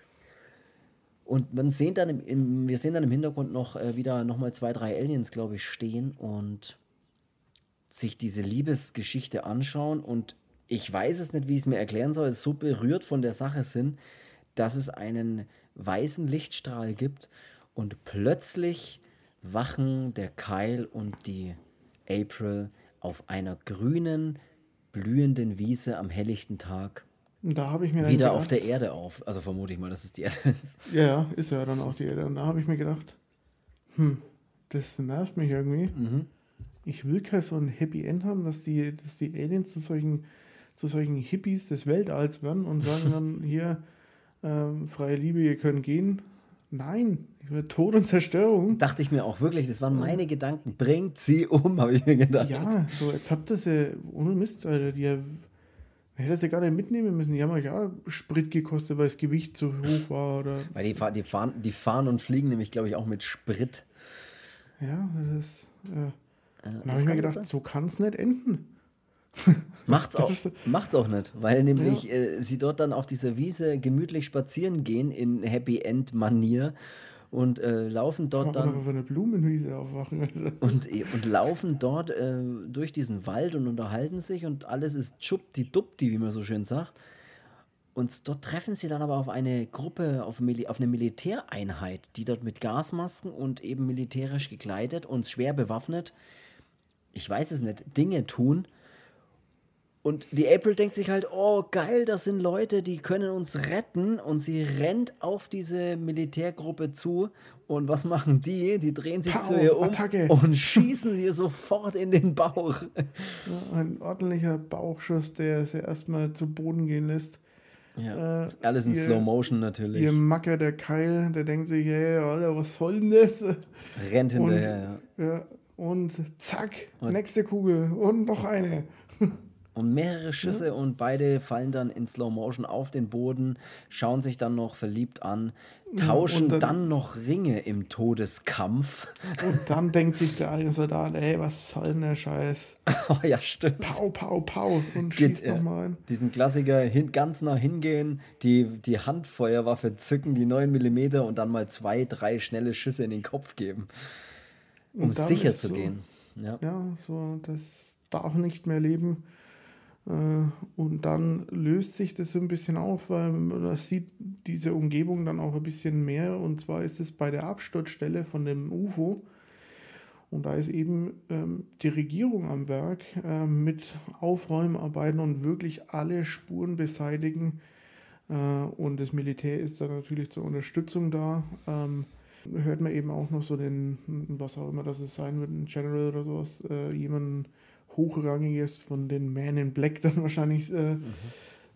Und man sehen dann im, im, wir sehen dann im Hintergrund noch äh, wieder nochmal zwei, drei Aliens, glaube ich, stehen und sich diese Liebesgeschichte anschauen und ich weiß es nicht, wie ich es mir erklären soll, so berührt von der Sache sind, dass es einen weißen Lichtstrahl gibt und plötzlich wachen der Kyle und die April auf einer grünen, blühenden Wiese am helllichten Tag Und da habe ich mir dann wieder gedacht, auf der Erde auf. Also vermute ich mal, dass es die Erde ist. Ja, ja, ist ja dann auch die Erde. Und da habe ich mir gedacht, hm, das nervt mich irgendwie. Mhm. Ich will kein so ein Happy End haben, dass die, dass die Aliens zu solchen, zu solchen Hippies des Weltalls werden und sagen dann hier, ähm, freie Liebe, ihr könnt gehen. Nein, ich will Tod und Zerstörung. Dachte ich mir auch wirklich, das waren meine Gedanken. Bringt sie um, habe ich mir gedacht. Ja, so jetzt habt ihr sie, ohne Mist, Alter, die hätte sie gar nicht mitnehmen müssen. Die haben euch ja Sprit gekostet, weil das Gewicht zu hoch war. Oder Weil die, fahr- die, fahren, die fahren und fliegen nämlich, glaube ich, auch mit Sprit. ja, das ist. Äh, Äh, dann das habe ich mir kann gut gedacht, sein. so kann es nicht enden. Macht's auch, Das- macht's auch nicht, weil nämlich äh, sie dort dann auf dieser Wiese gemütlich spazieren gehen in Happy End Manier und äh, laufen dort Kann man dann doch auf eine Blumenwiese aufwachen. Alter. und, und laufen dort äh, durch diesen Wald und unterhalten sich und alles ist schubdi-dubdi, wie man so schön sagt. Und dort treffen sie dann aber auf eine Gruppe, auf, Mil auf eine Militäreinheit, die dort mit Gasmasken und eben militärisch gekleidet und schwer bewaffnet, ich weiß es nicht, Dinge tun. Und die April denkt sich halt, oh geil, das sind Leute, die können uns retten. Und sie rennt auf diese Militärgruppe zu. Und was machen die? Die drehen sich Pow, zu ihr um Attacke. und schießen sie sofort in den Bauch. Ja, ein ordentlicher Bauchschuss, der sie erstmal zu Boden gehen lässt. Ja, Äh, alles in ihr- Slow Motion natürlich. Ihr Macker, der Keil, der denkt sich, hey, Alter, was soll denn das? Rennt hinterher, ja. Ja, und zack, Und- nächste Kugel und noch eine. Und mehrere Schüsse und beide fallen dann in Slow Motion auf den Boden, schauen sich dann noch verliebt an, tauschen und dann, dann- noch Ringe im Todeskampf. Und dann denkt sich der alte Soldat, ey, was soll denn der Scheiß? Oh ja, stimmt. Pau, pau, pau und Geht, schießt ja. nochmal ein. Diesen Klassiker hin, ganz nah hingehen, die, die Handfeuerwaffe zücken, die neun Millimeter und dann mal zwei, drei schnelle Schüsse in den Kopf geben, um Und dann sicher ist zu so- gehen. Ja. Ja, so, das darf nicht mehr leben. Äh, Und dann löst sich das so ein bisschen auf, weil man sieht diese Umgebung dann auch ein bisschen mehr. Und zwar ist es bei der Absturzstelle von dem U F O. Und da ist eben ähm, die Regierung am Werk ähm, mit Aufräumarbeiten und wirklich alle Spuren beseitigen. Äh, und das Militär ist da natürlich zur Unterstützung da. Ähm, hört man eben auch noch so den, was auch immer das es sein wird, ein General oder sowas, äh, jemanden Hochrangiges von den Men in Black dann wahrscheinlich äh,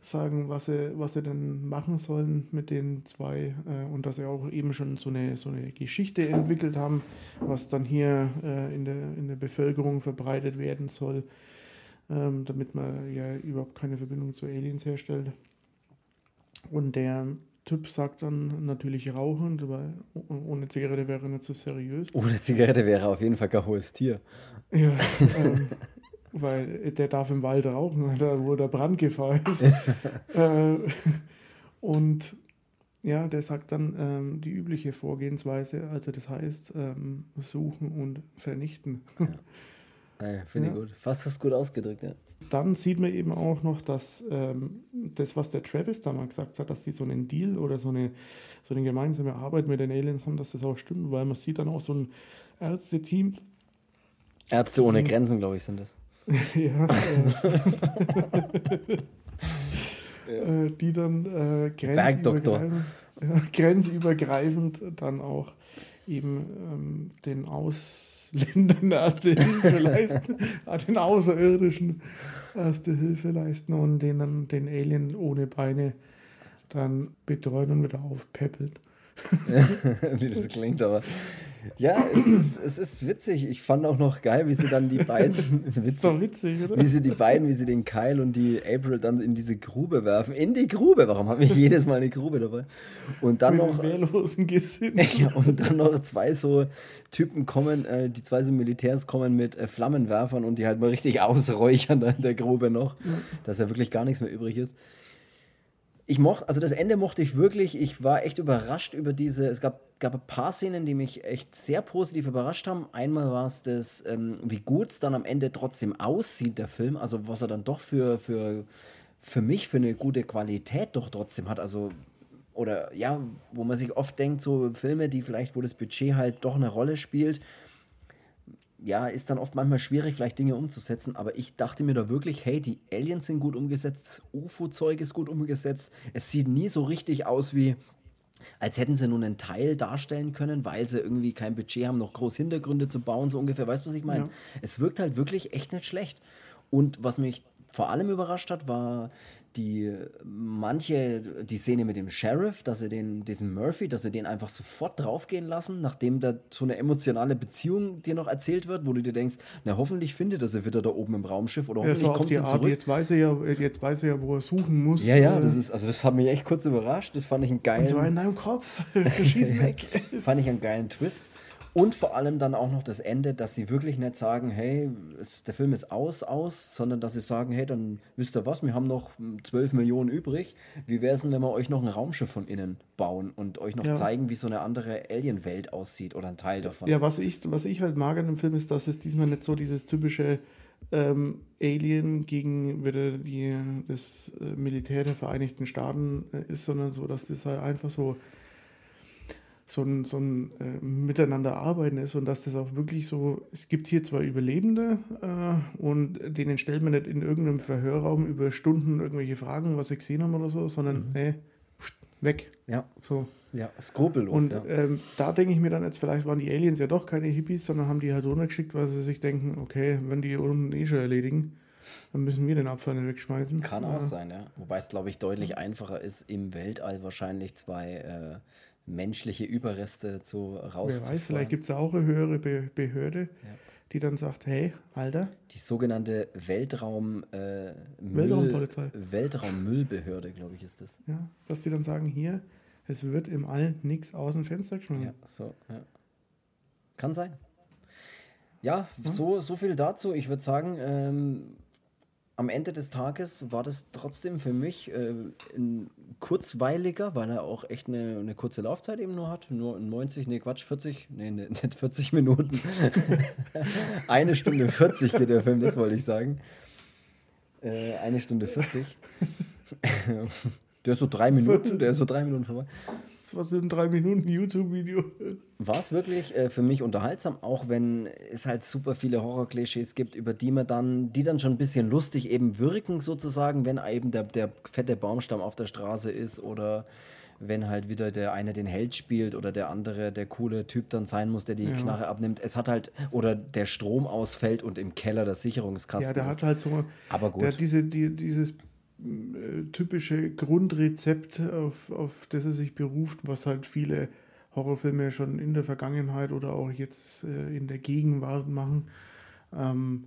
sagen, was sie, was sie denn machen sollen mit den zwei äh, und dass sie auch eben schon so eine, so eine Geschichte entwickelt haben, was dann hier äh, in der, in der Bevölkerung verbreitet werden soll, ähm, damit man ja überhaupt keine Verbindung zu Aliens herstellt. Und der Typ sagt dann natürlich rauchen, weil ohne Zigarette wäre nicht so seriös. Ohne Zigarette wäre auf jeden Fall kein hohes Tier. Ja, ähm, weil der darf im Wald rauchen, weil da, wo der Brandgefahr ist. äh, und ja, der sagt dann ähm, die übliche Vorgehensweise, also das heißt ähm, suchen und vernichten. Ja. Ey, finde ich Ja. gut. Fast hast du gut ausgedrückt, ja. Dann sieht man eben auch noch, dass ähm, das, was der Travis da mal gesagt hat, dass die so einen Deal oder so eine, so eine gemeinsame Arbeit mit den Aliens haben, dass das auch stimmt, weil man sieht dann auch so ein Ärzte-Team. Ärzte ohne Grenzen, glaube ich, sind das. ja, äh, äh, die dann äh, grenzübergreifend, äh, grenzübergreifend dann auch eben ähm, den Ausländern erste Hilfe leisten, äh, den Außerirdischen erste Hilfe leisten und denen den Alien ohne Beine dann betreuen und wieder aufpäppeln. Wie das klingt, aber ja, es ist, es ist witzig. Ich fand auch noch geil, wie sie dann die beiden, Ist doch witzig, oder? wie sie die beiden, wie sie den Kyle und die April dann in diese Grube werfen. In die Grube, warum habe ich jedes Mal eine Grube dabei? Und dann Mit noch, dem wehrlosen Gesinn. ja, und dann noch zwei so Typen kommen, äh, die zwei so Militärs kommen mit äh, Flammenwerfern und die halt mal richtig ausräuchern da in der Grube noch, Ja. dass ja wirklich gar nichts mehr übrig ist. Ich mochte, also das Ende mochte ich wirklich. Ich war echt überrascht über diese. Es gab, gab ein paar Szenen, die mich echt sehr positiv überrascht haben. Einmal war es das, ähm, wie gut es dann am Ende trotzdem aussieht, der Film. Also was er dann doch für, für, für mich für eine gute Qualität doch trotzdem hat. Also, oder ja, wo man sich oft denkt, so Filme, die vielleicht, wo das Budget halt doch eine Rolle spielt, ja, ist dann oft manchmal schwierig, vielleicht Dinge umzusetzen, aber ich dachte mir da wirklich, hey, die Aliens sind gut umgesetzt, das U F O-Zeug ist gut umgesetzt, es sieht nie so richtig aus wie, als hätten sie nur einen Teil darstellen können, weil sie irgendwie kein Budget haben, noch groß Hintergründe zu bauen, so ungefähr, weißt du, was ich meine? Ja. Es wirkt halt wirklich echt nicht schlecht. Und was mich vor allem überrascht hat, war die manche, die Szene mit dem Sheriff, dass sie den, diesen Murphy, dass sie den einfach sofort draufgehen lassen, nachdem da so eine emotionale Beziehung dir noch erzählt wird, wo du dir denkst, na hoffentlich findet er sie wieder da oben im Raumschiff oder Ja, hoffentlich so auf kommt die sie Art, zurück. jetzt weiß er ja, jetzt weiß er ja, wo er suchen muss. Ja, ja, Äh, das ist, also das hat mich echt kurz überrascht, das fand ich einen Und geilen, so in deinem Kopf. Schieß weg. fand ich einen geilen Twist. Und vor allem dann auch noch das Ende, dass sie wirklich nicht sagen, hey, es, der Film ist aus, aus, sondern dass sie sagen, hey, dann wisst ihr was, wir haben noch zwölf Millionen übrig. Wie wäre es denn, wenn wir euch noch ein Raumschiff von innen bauen und euch noch Ja. zeigen, wie so eine andere Alien-Welt aussieht oder ein Teil davon? Ja, was ich, was ich halt mag an dem Film ist, dass es diesmal nicht so dieses typische ähm, Alien gegen wieder die, das äh, Militär der Vereinigten Staaten äh, ist, sondern so, dass das halt einfach so so ein, so ein äh, Miteinander arbeiten ist und dass das auch wirklich so, es gibt hier zwei Überlebende äh, und denen stellt man nicht in irgendeinem Verhörraum über Stunden irgendwelche Fragen, was sie gesehen haben oder so, sondern nee, weg. Ja, So. ja, skrupellos, Und ja. ähm, da denke ich mir dann jetzt, vielleicht waren die Aliens ja doch keine Hippies, sondern haben die halt runtergeschickt, weil sie sich denken, okay, wenn die unten eh schon erledigen, dann müssen wir den Abfall nicht wegschmeißen. Kann Äh, auch sein, ja. Wobei es, glaube ich, deutlich einfacher ist, im Weltall wahrscheinlich zwei äh, menschliche Überreste zu Wer rauszufahren. weiß, vielleicht gibt es auch eine höhere Be Behörde, Ja. die dann sagt, hey, Alter, Die sogenannte Weltraum, äh, Müll, Weltraumpolizei. Weltraummüllbehörde, glaube ich, ist das. ja, dass die dann sagen, hier, es wird im All nichts aus dem Fenster geschmissen. Ja, so, ja. Kann sein. Ja, so, so viel dazu. Ich würde sagen, ähm, am Ende des Tages war das trotzdem für mich äh, ein kurzweiliger, weil er auch echt eine, eine kurze Laufzeit eben nur hat. Nur neunzig, nee, Quatsch, vierzig, nee, nee nicht vierzig Minuten. Eine Stunde vierzig geht der Film, das wollte ich sagen. Äh, eine Stunde vierzig. Der ist so drei Minuten, der ist so drei Minuten vorbei. Das war so ein drei Minuten YouTube-Video. War es wirklich äh, für mich unterhaltsam, auch wenn es halt super viele Horror-Klischees gibt, über die man dann, die dann schon ein bisschen lustig eben wirken, sozusagen, wenn eben der, der fette Baumstamm auf der Straße ist oder wenn halt wieder der eine den Held spielt oder der andere der coole Typ dann sein muss, der die Ja. Knarre abnimmt. Es hat halt, oder der Strom ausfällt und im Keller der Sicherungskasten Ja, der ist. hat halt so, Aber der hat gut. diese, die, dieses äh, typische Grundrezept, auf, auf das er sich beruft, was halt viele Horrorfilme schon in der Vergangenheit oder auch jetzt äh, in der Gegenwart machen. Ähm,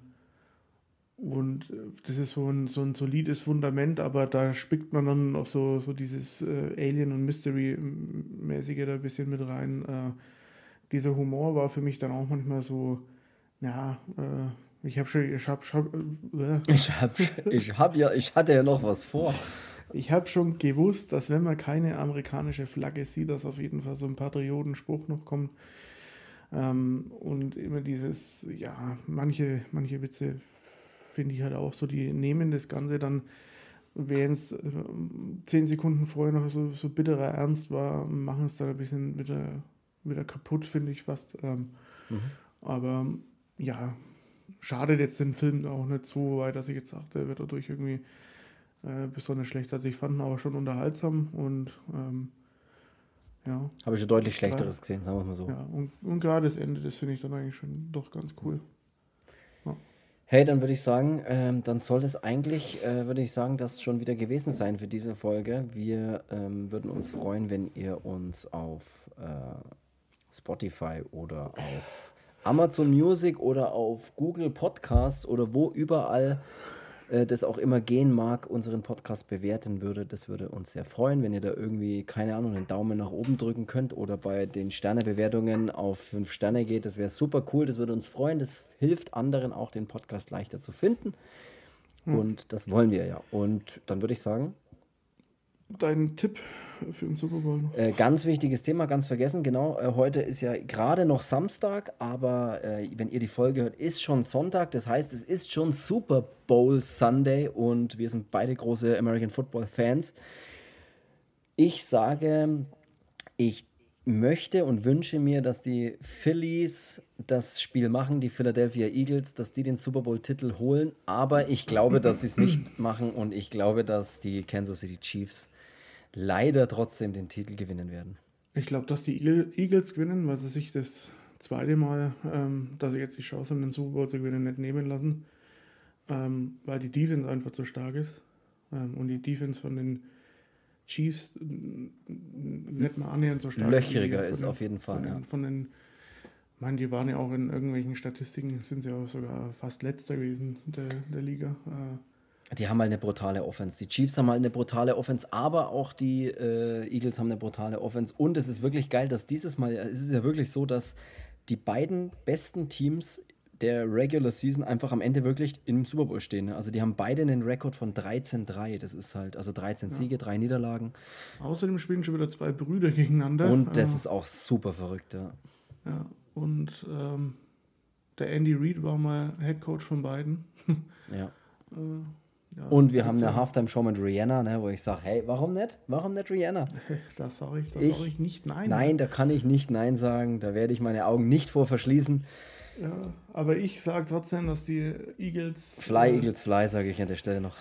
und äh, das ist so ein, so ein solides Fundament, aber da spickt man dann noch so, so dieses äh, Alien- und Mystery-mäßige da ein bisschen mit rein. Äh, dieser Humor war für mich dann auch manchmal so, ja, äh, ich habe schon, ich habe schon, äh, Ich hab, ich hab ja, ich hatte ja noch was vor. ich habe schon gewusst, dass wenn man keine amerikanische Flagge sieht, dass auf jeden Fall so ein Patriotenspruch noch kommt. Ähm, und immer dieses, ja, manche, manche Witze finde ich halt auch so, die nehmen das Ganze dann, während es äh, zehn Sekunden vorher noch so, so bitterer Ernst war, machen es dann ein bisschen wieder, wieder kaputt, finde ich fast. Ähm, Mhm. aber ja, schadet jetzt den Film auch nicht so weit, dass ich jetzt sage, der wird dadurch irgendwie äh, besonders schlecht. Also ich fand ihn aber schon unterhaltsam und ähm, ja, Habe ich schon deutlich gerade Schlechteres gesehen, sagen wir es mal so. ja, und, und gerade das Ende, das finde ich dann eigentlich schon doch ganz cool. Ja. Hey, dann würde ich sagen, ähm, dann soll es eigentlich, äh, würde ich sagen, das schon wieder gewesen sein für diese Folge. Wir ähm, würden uns freuen, wenn ihr uns auf äh, Spotify oder auf Amazon Music oder auf Google Podcasts oder wo überall äh, das auch immer gehen mag, unseren Podcast bewerten würdet. Das würde uns sehr freuen, wenn ihr da irgendwie, keine Ahnung, einen Daumen nach oben drücken könnt oder bei den Sternebewertungen auf fünf Sterne geht. Das wäre super cool, das würde uns freuen. Das hilft anderen auch, den Podcast leichter zu finden. Ja. Und das wollen wir ja. Und dann würde ich sagen, Dein Tipp für den Super Bowl noch? Äh, ganz wichtiges Thema, ganz vergessen, genau. Äh, heute ist ja gerade noch Samstag, aber äh, wenn ihr die Folge hört, ist schon Sonntag. Das heißt, es ist schon Super Bowl Sunday und wir sind beide große American Football Fans. Ich sage, ich möchte und wünsche mir, dass die Phillies das Spiel machen, die Philadelphia Eagles, dass die den Super Bowl-Titel holen. Aber ich glaube, dass sie es nicht machen und ich glaube, dass die Kansas City Chiefs leider trotzdem den Titel gewinnen werden. Ich glaube, dass die Eagle- Eagles gewinnen, weil sie sich das zweite Mal, ähm, dass sie jetzt die Chance haben, den Super Bowl zu gewinnen, nicht nehmen lassen. Ähm, weil die Defense einfach zu stark ist. Ähm, und die Defense von den Chiefs n- n- nicht mal annähernd so stark Löchriger wie von ist den, auf jeden Fall, Von den, ja. von den ich meine, die waren ja auch in irgendwelchen Statistiken, sind sie auch sogar fast letzter gewesen der, der Liga. Äh, Die haben halt eine brutale Offense. Die Chiefs haben halt eine brutale Offense, aber auch die äh, Eagles haben eine brutale Offense. Und es ist wirklich geil, dass dieses Mal, es ist ja wirklich so, dass die beiden besten Teams der Regular Season einfach am Ende wirklich im Super Bowl stehen. Ne? Also die haben beide einen Rekord von dreizehn drei. Das ist halt, also dreizehn Siege, drei Niederlagen. außerdem spielen schon wieder zwei Brüder gegeneinander. Und das äh, ist auch super verrückt, ja. ja, und ähm, der Andy Reid war mal Head Coach von beiden. ja. Äh, ja, Und wir haben gibt's eine ja- Halftime-Show mit Rihanna, ne, wo ich sage, hey, warum nicht? Warum nicht Rihanna? Da sage ich, da Ich- sag ich nicht nein. Nein, da kann ich nicht Nein sagen. Da werde ich meine Augen nicht vor verschließen. Ja, aber ich sage trotzdem, dass die Eagles. Fly, äh, Eagles, Fly, sage ich an der Stelle noch.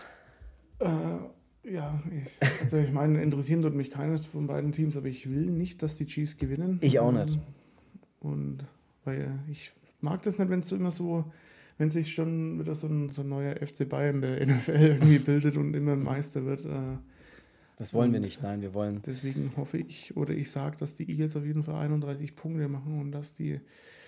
Äh, ja, ich, also ich meine, interessieren tut mich keines von beiden Teams, aber ich will nicht, dass die Chiefs gewinnen. Ich auch Ähm, nicht. Und weil ich mag das nicht, wenn es so immer so, wenn sich schon wieder so ein, so ein neuer F C Bayern der N F L irgendwie bildet und immer ein Meister wird. Äh, Das wollen wir Und- nicht. Nein, wir wollen. deswegen hoffe ich oder ich sage, dass die Eagles auf jeden Fall einunddreißig Punkte machen und dass die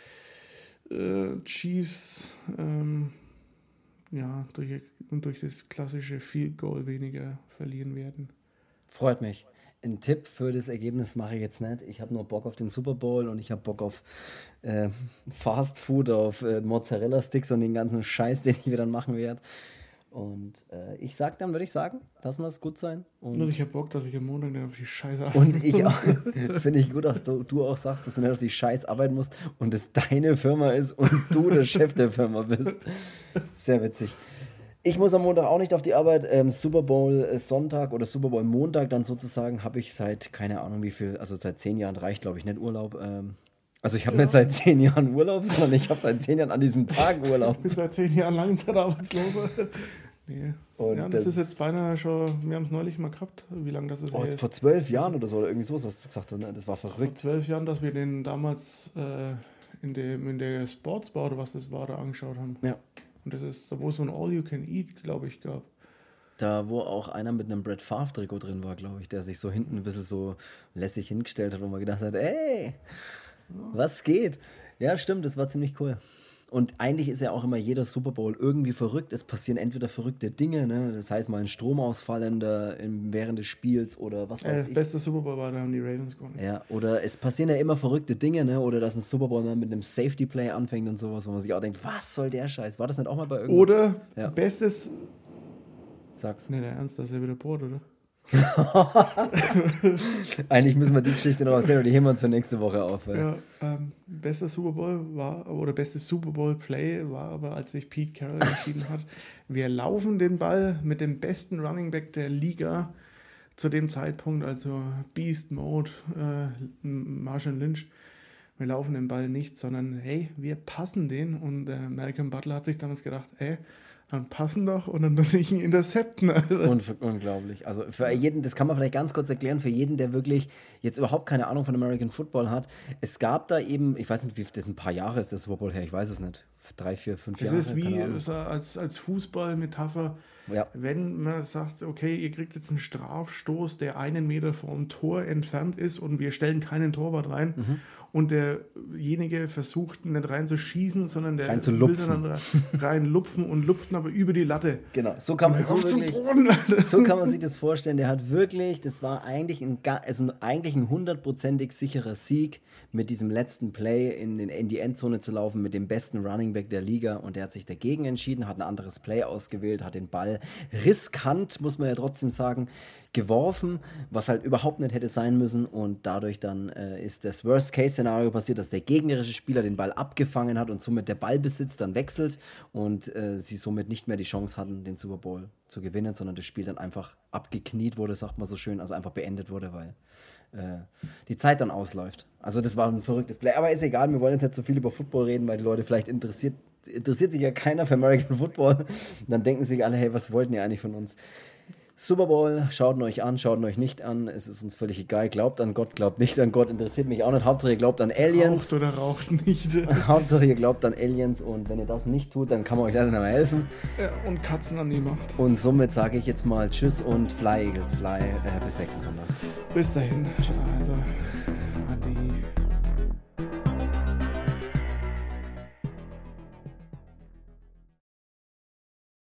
äh, Chiefs ähm, ja, durch, durch das klassische Field Goal weniger verlieren werden. Freut mich. Ein Tipp für das Ergebnis mache ich jetzt nicht. Ich habe nur Bock auf den Super Bowl und ich habe Bock auf äh, Fast Food, auf äh, Mozzarella-Sticks und den ganzen Scheiß, den ich wieder dann machen werde. Und äh, ich sag dann, würde ich sagen, lass mal es gut sein. Und Und, ich habe Bock, dass ich am Montag dann auf die Scheiße und ich auch, finde ich gut, dass du, du auch sagst, dass du nicht auf die Scheiß arbeiten musst und es deine Firma ist und du der Chef der Firma bist. Sehr witzig. Ich muss am Montag auch nicht auf die Arbeit. Ähm, Super Bowl äh, Sonntag oder Super Bowl Montag dann sozusagen habe ich seit, keine Ahnung wie viel, also seit zehn Jahren reicht, glaube ich, nicht Urlaub. Ähm, also ich habe Ja. nicht seit zehn Jahren Urlaub, sondern ich habe seit zehn Jahren an diesem Tag Urlaub. Ich bin seit zehn Jahren Langzeitarbeitsloser. Nee. Und ja, und das, das- ist jetzt beinahe schon, wir haben es neulich mal gehabt, wie lange das ist. Oh, her ist. vor zwölf Jahren oder so, oder irgendwie so hast du gesagt, ne? Das war Vor verrückt. zwölf Jahren, dass wir den damals äh, in, dem, in der Sportsbar oder was das war, da angeschaut haben. Ja. Und das ist, da wo es so ein All-You-Can-Eat, glaube ich, gab. Da, wo auch einer mit einem Brett Favre-Trikot drin war, glaube ich, der sich so hinten ein bisschen so lässig hingestellt hat, wo man gedacht hat, ey, was geht? Ja, stimmt, das war ziemlich cool. Und eigentlich ist ja auch immer jeder Super Bowl irgendwie verrückt. Es passieren entweder verrückte Dinge, ne? Das heißt mal ein Stromausfall in der, in, während des Spiels oder was weiß äh, ich. Beste Super Bowl war, da haben die Ravens gewonnen. Ja, oder es passieren ja immer verrückte Dinge, ne? Oder dass ein Super Bowl mal mit einem Safety Play anfängt und sowas, wo man sich auch denkt, was soll der Scheiß? War das nicht auch mal bei irgendwas? Oder ja. bestes... Sag's. Ne, der Ernst, das ist ja wieder Brot, oder? Eigentlich müssen wir die Geschichte noch erzählen, die heben wir uns für nächste Woche auf. Ja, ja ähm, bester Super Bowl war, oder bestes Super Bowl Play war aber, als sich Pete Carroll entschieden hat, wir laufen den Ball mit dem besten Running Back der Liga zu dem Zeitpunkt, also Beast Mode, äh, Marshall Lynch. Wir laufen den Ball nicht, sondern hey, wir passen den. Und äh, Malcolm Butler hat sich damals gedacht, ey, dann passen doch und dann muss ich ihn intercepten. Un- unglaublich. Also für jeden, das kann man vielleicht ganz kurz erklären, für jeden, der wirklich jetzt überhaupt keine Ahnung von American Football hat. Es gab da eben, ich weiß nicht, wie das ein paar Jahre ist, das Super Bowl her, ich weiß es nicht. Drei, vier, fünf das Jahre. Das ist wie als, als Fußball-Metapher, ja. wenn man sagt, okay, ihr kriegt jetzt einen Strafstoß, der einen Meter vom Tor entfernt ist und wir stellen keinen Torwart rein. Mhm. Und derjenige versucht nicht reinzuschießen, sondern der rein zu will dann reinlupfen und lupft aber über die Latte. Genau, so kann, man, so, wirklich, Boden, so kann man sich das vorstellen. Der hat wirklich, das war eigentlich ein, also eigentlich ein hundertprozentig sicherer Sieg, mit diesem letzten Play in, in, in die Endzone zu laufen, mit dem besten Running Back der Liga. Und der hat sich dagegen entschieden, hat ein anderes Play ausgewählt, hat den Ball riskant, muss man ja trotzdem sagen, geworfen, was halt überhaupt nicht hätte sein müssen. Und dadurch dann äh, ist das Worst-Case-Szenario passiert, dass der gegnerische Spieler den Ball abgefangen hat und somit der Ballbesitz dann wechselt und äh, sie somit nicht mehr die Chance hatten, den Super Bowl zu gewinnen, sondern das Spiel dann einfach abgekniet wurde, sagt man so schön, also einfach beendet wurde, weil äh, die Zeit dann ausläuft. Also das war ein verrücktes Play. Aber ist egal, wir wollen jetzt nicht so viel über Football reden, weil die Leute vielleicht interessiert, interessiert sich ja keiner für American Football. Und dann denken sich alle, hey, was wollten ihr eigentlich von uns? Super Bowl, schaut ihn euch an, schaut ihn euch nicht an, es ist uns völlig egal, glaubt an Gott, glaubt nicht an Gott, interessiert mich auch nicht, Hauptsache ihr glaubt an Aliens. Raucht oder raucht nicht. Hauptsache ihr glaubt an Aliens und wenn ihr das nicht tut, dann kann man euch leider nicht mehr helfen. Ja, und Katzen an die Macht. Und somit sage ich jetzt mal Tschüss und Fly Eagles Fly, äh, bis nächsten Sonntag. Bis dahin. Tschüss. Also.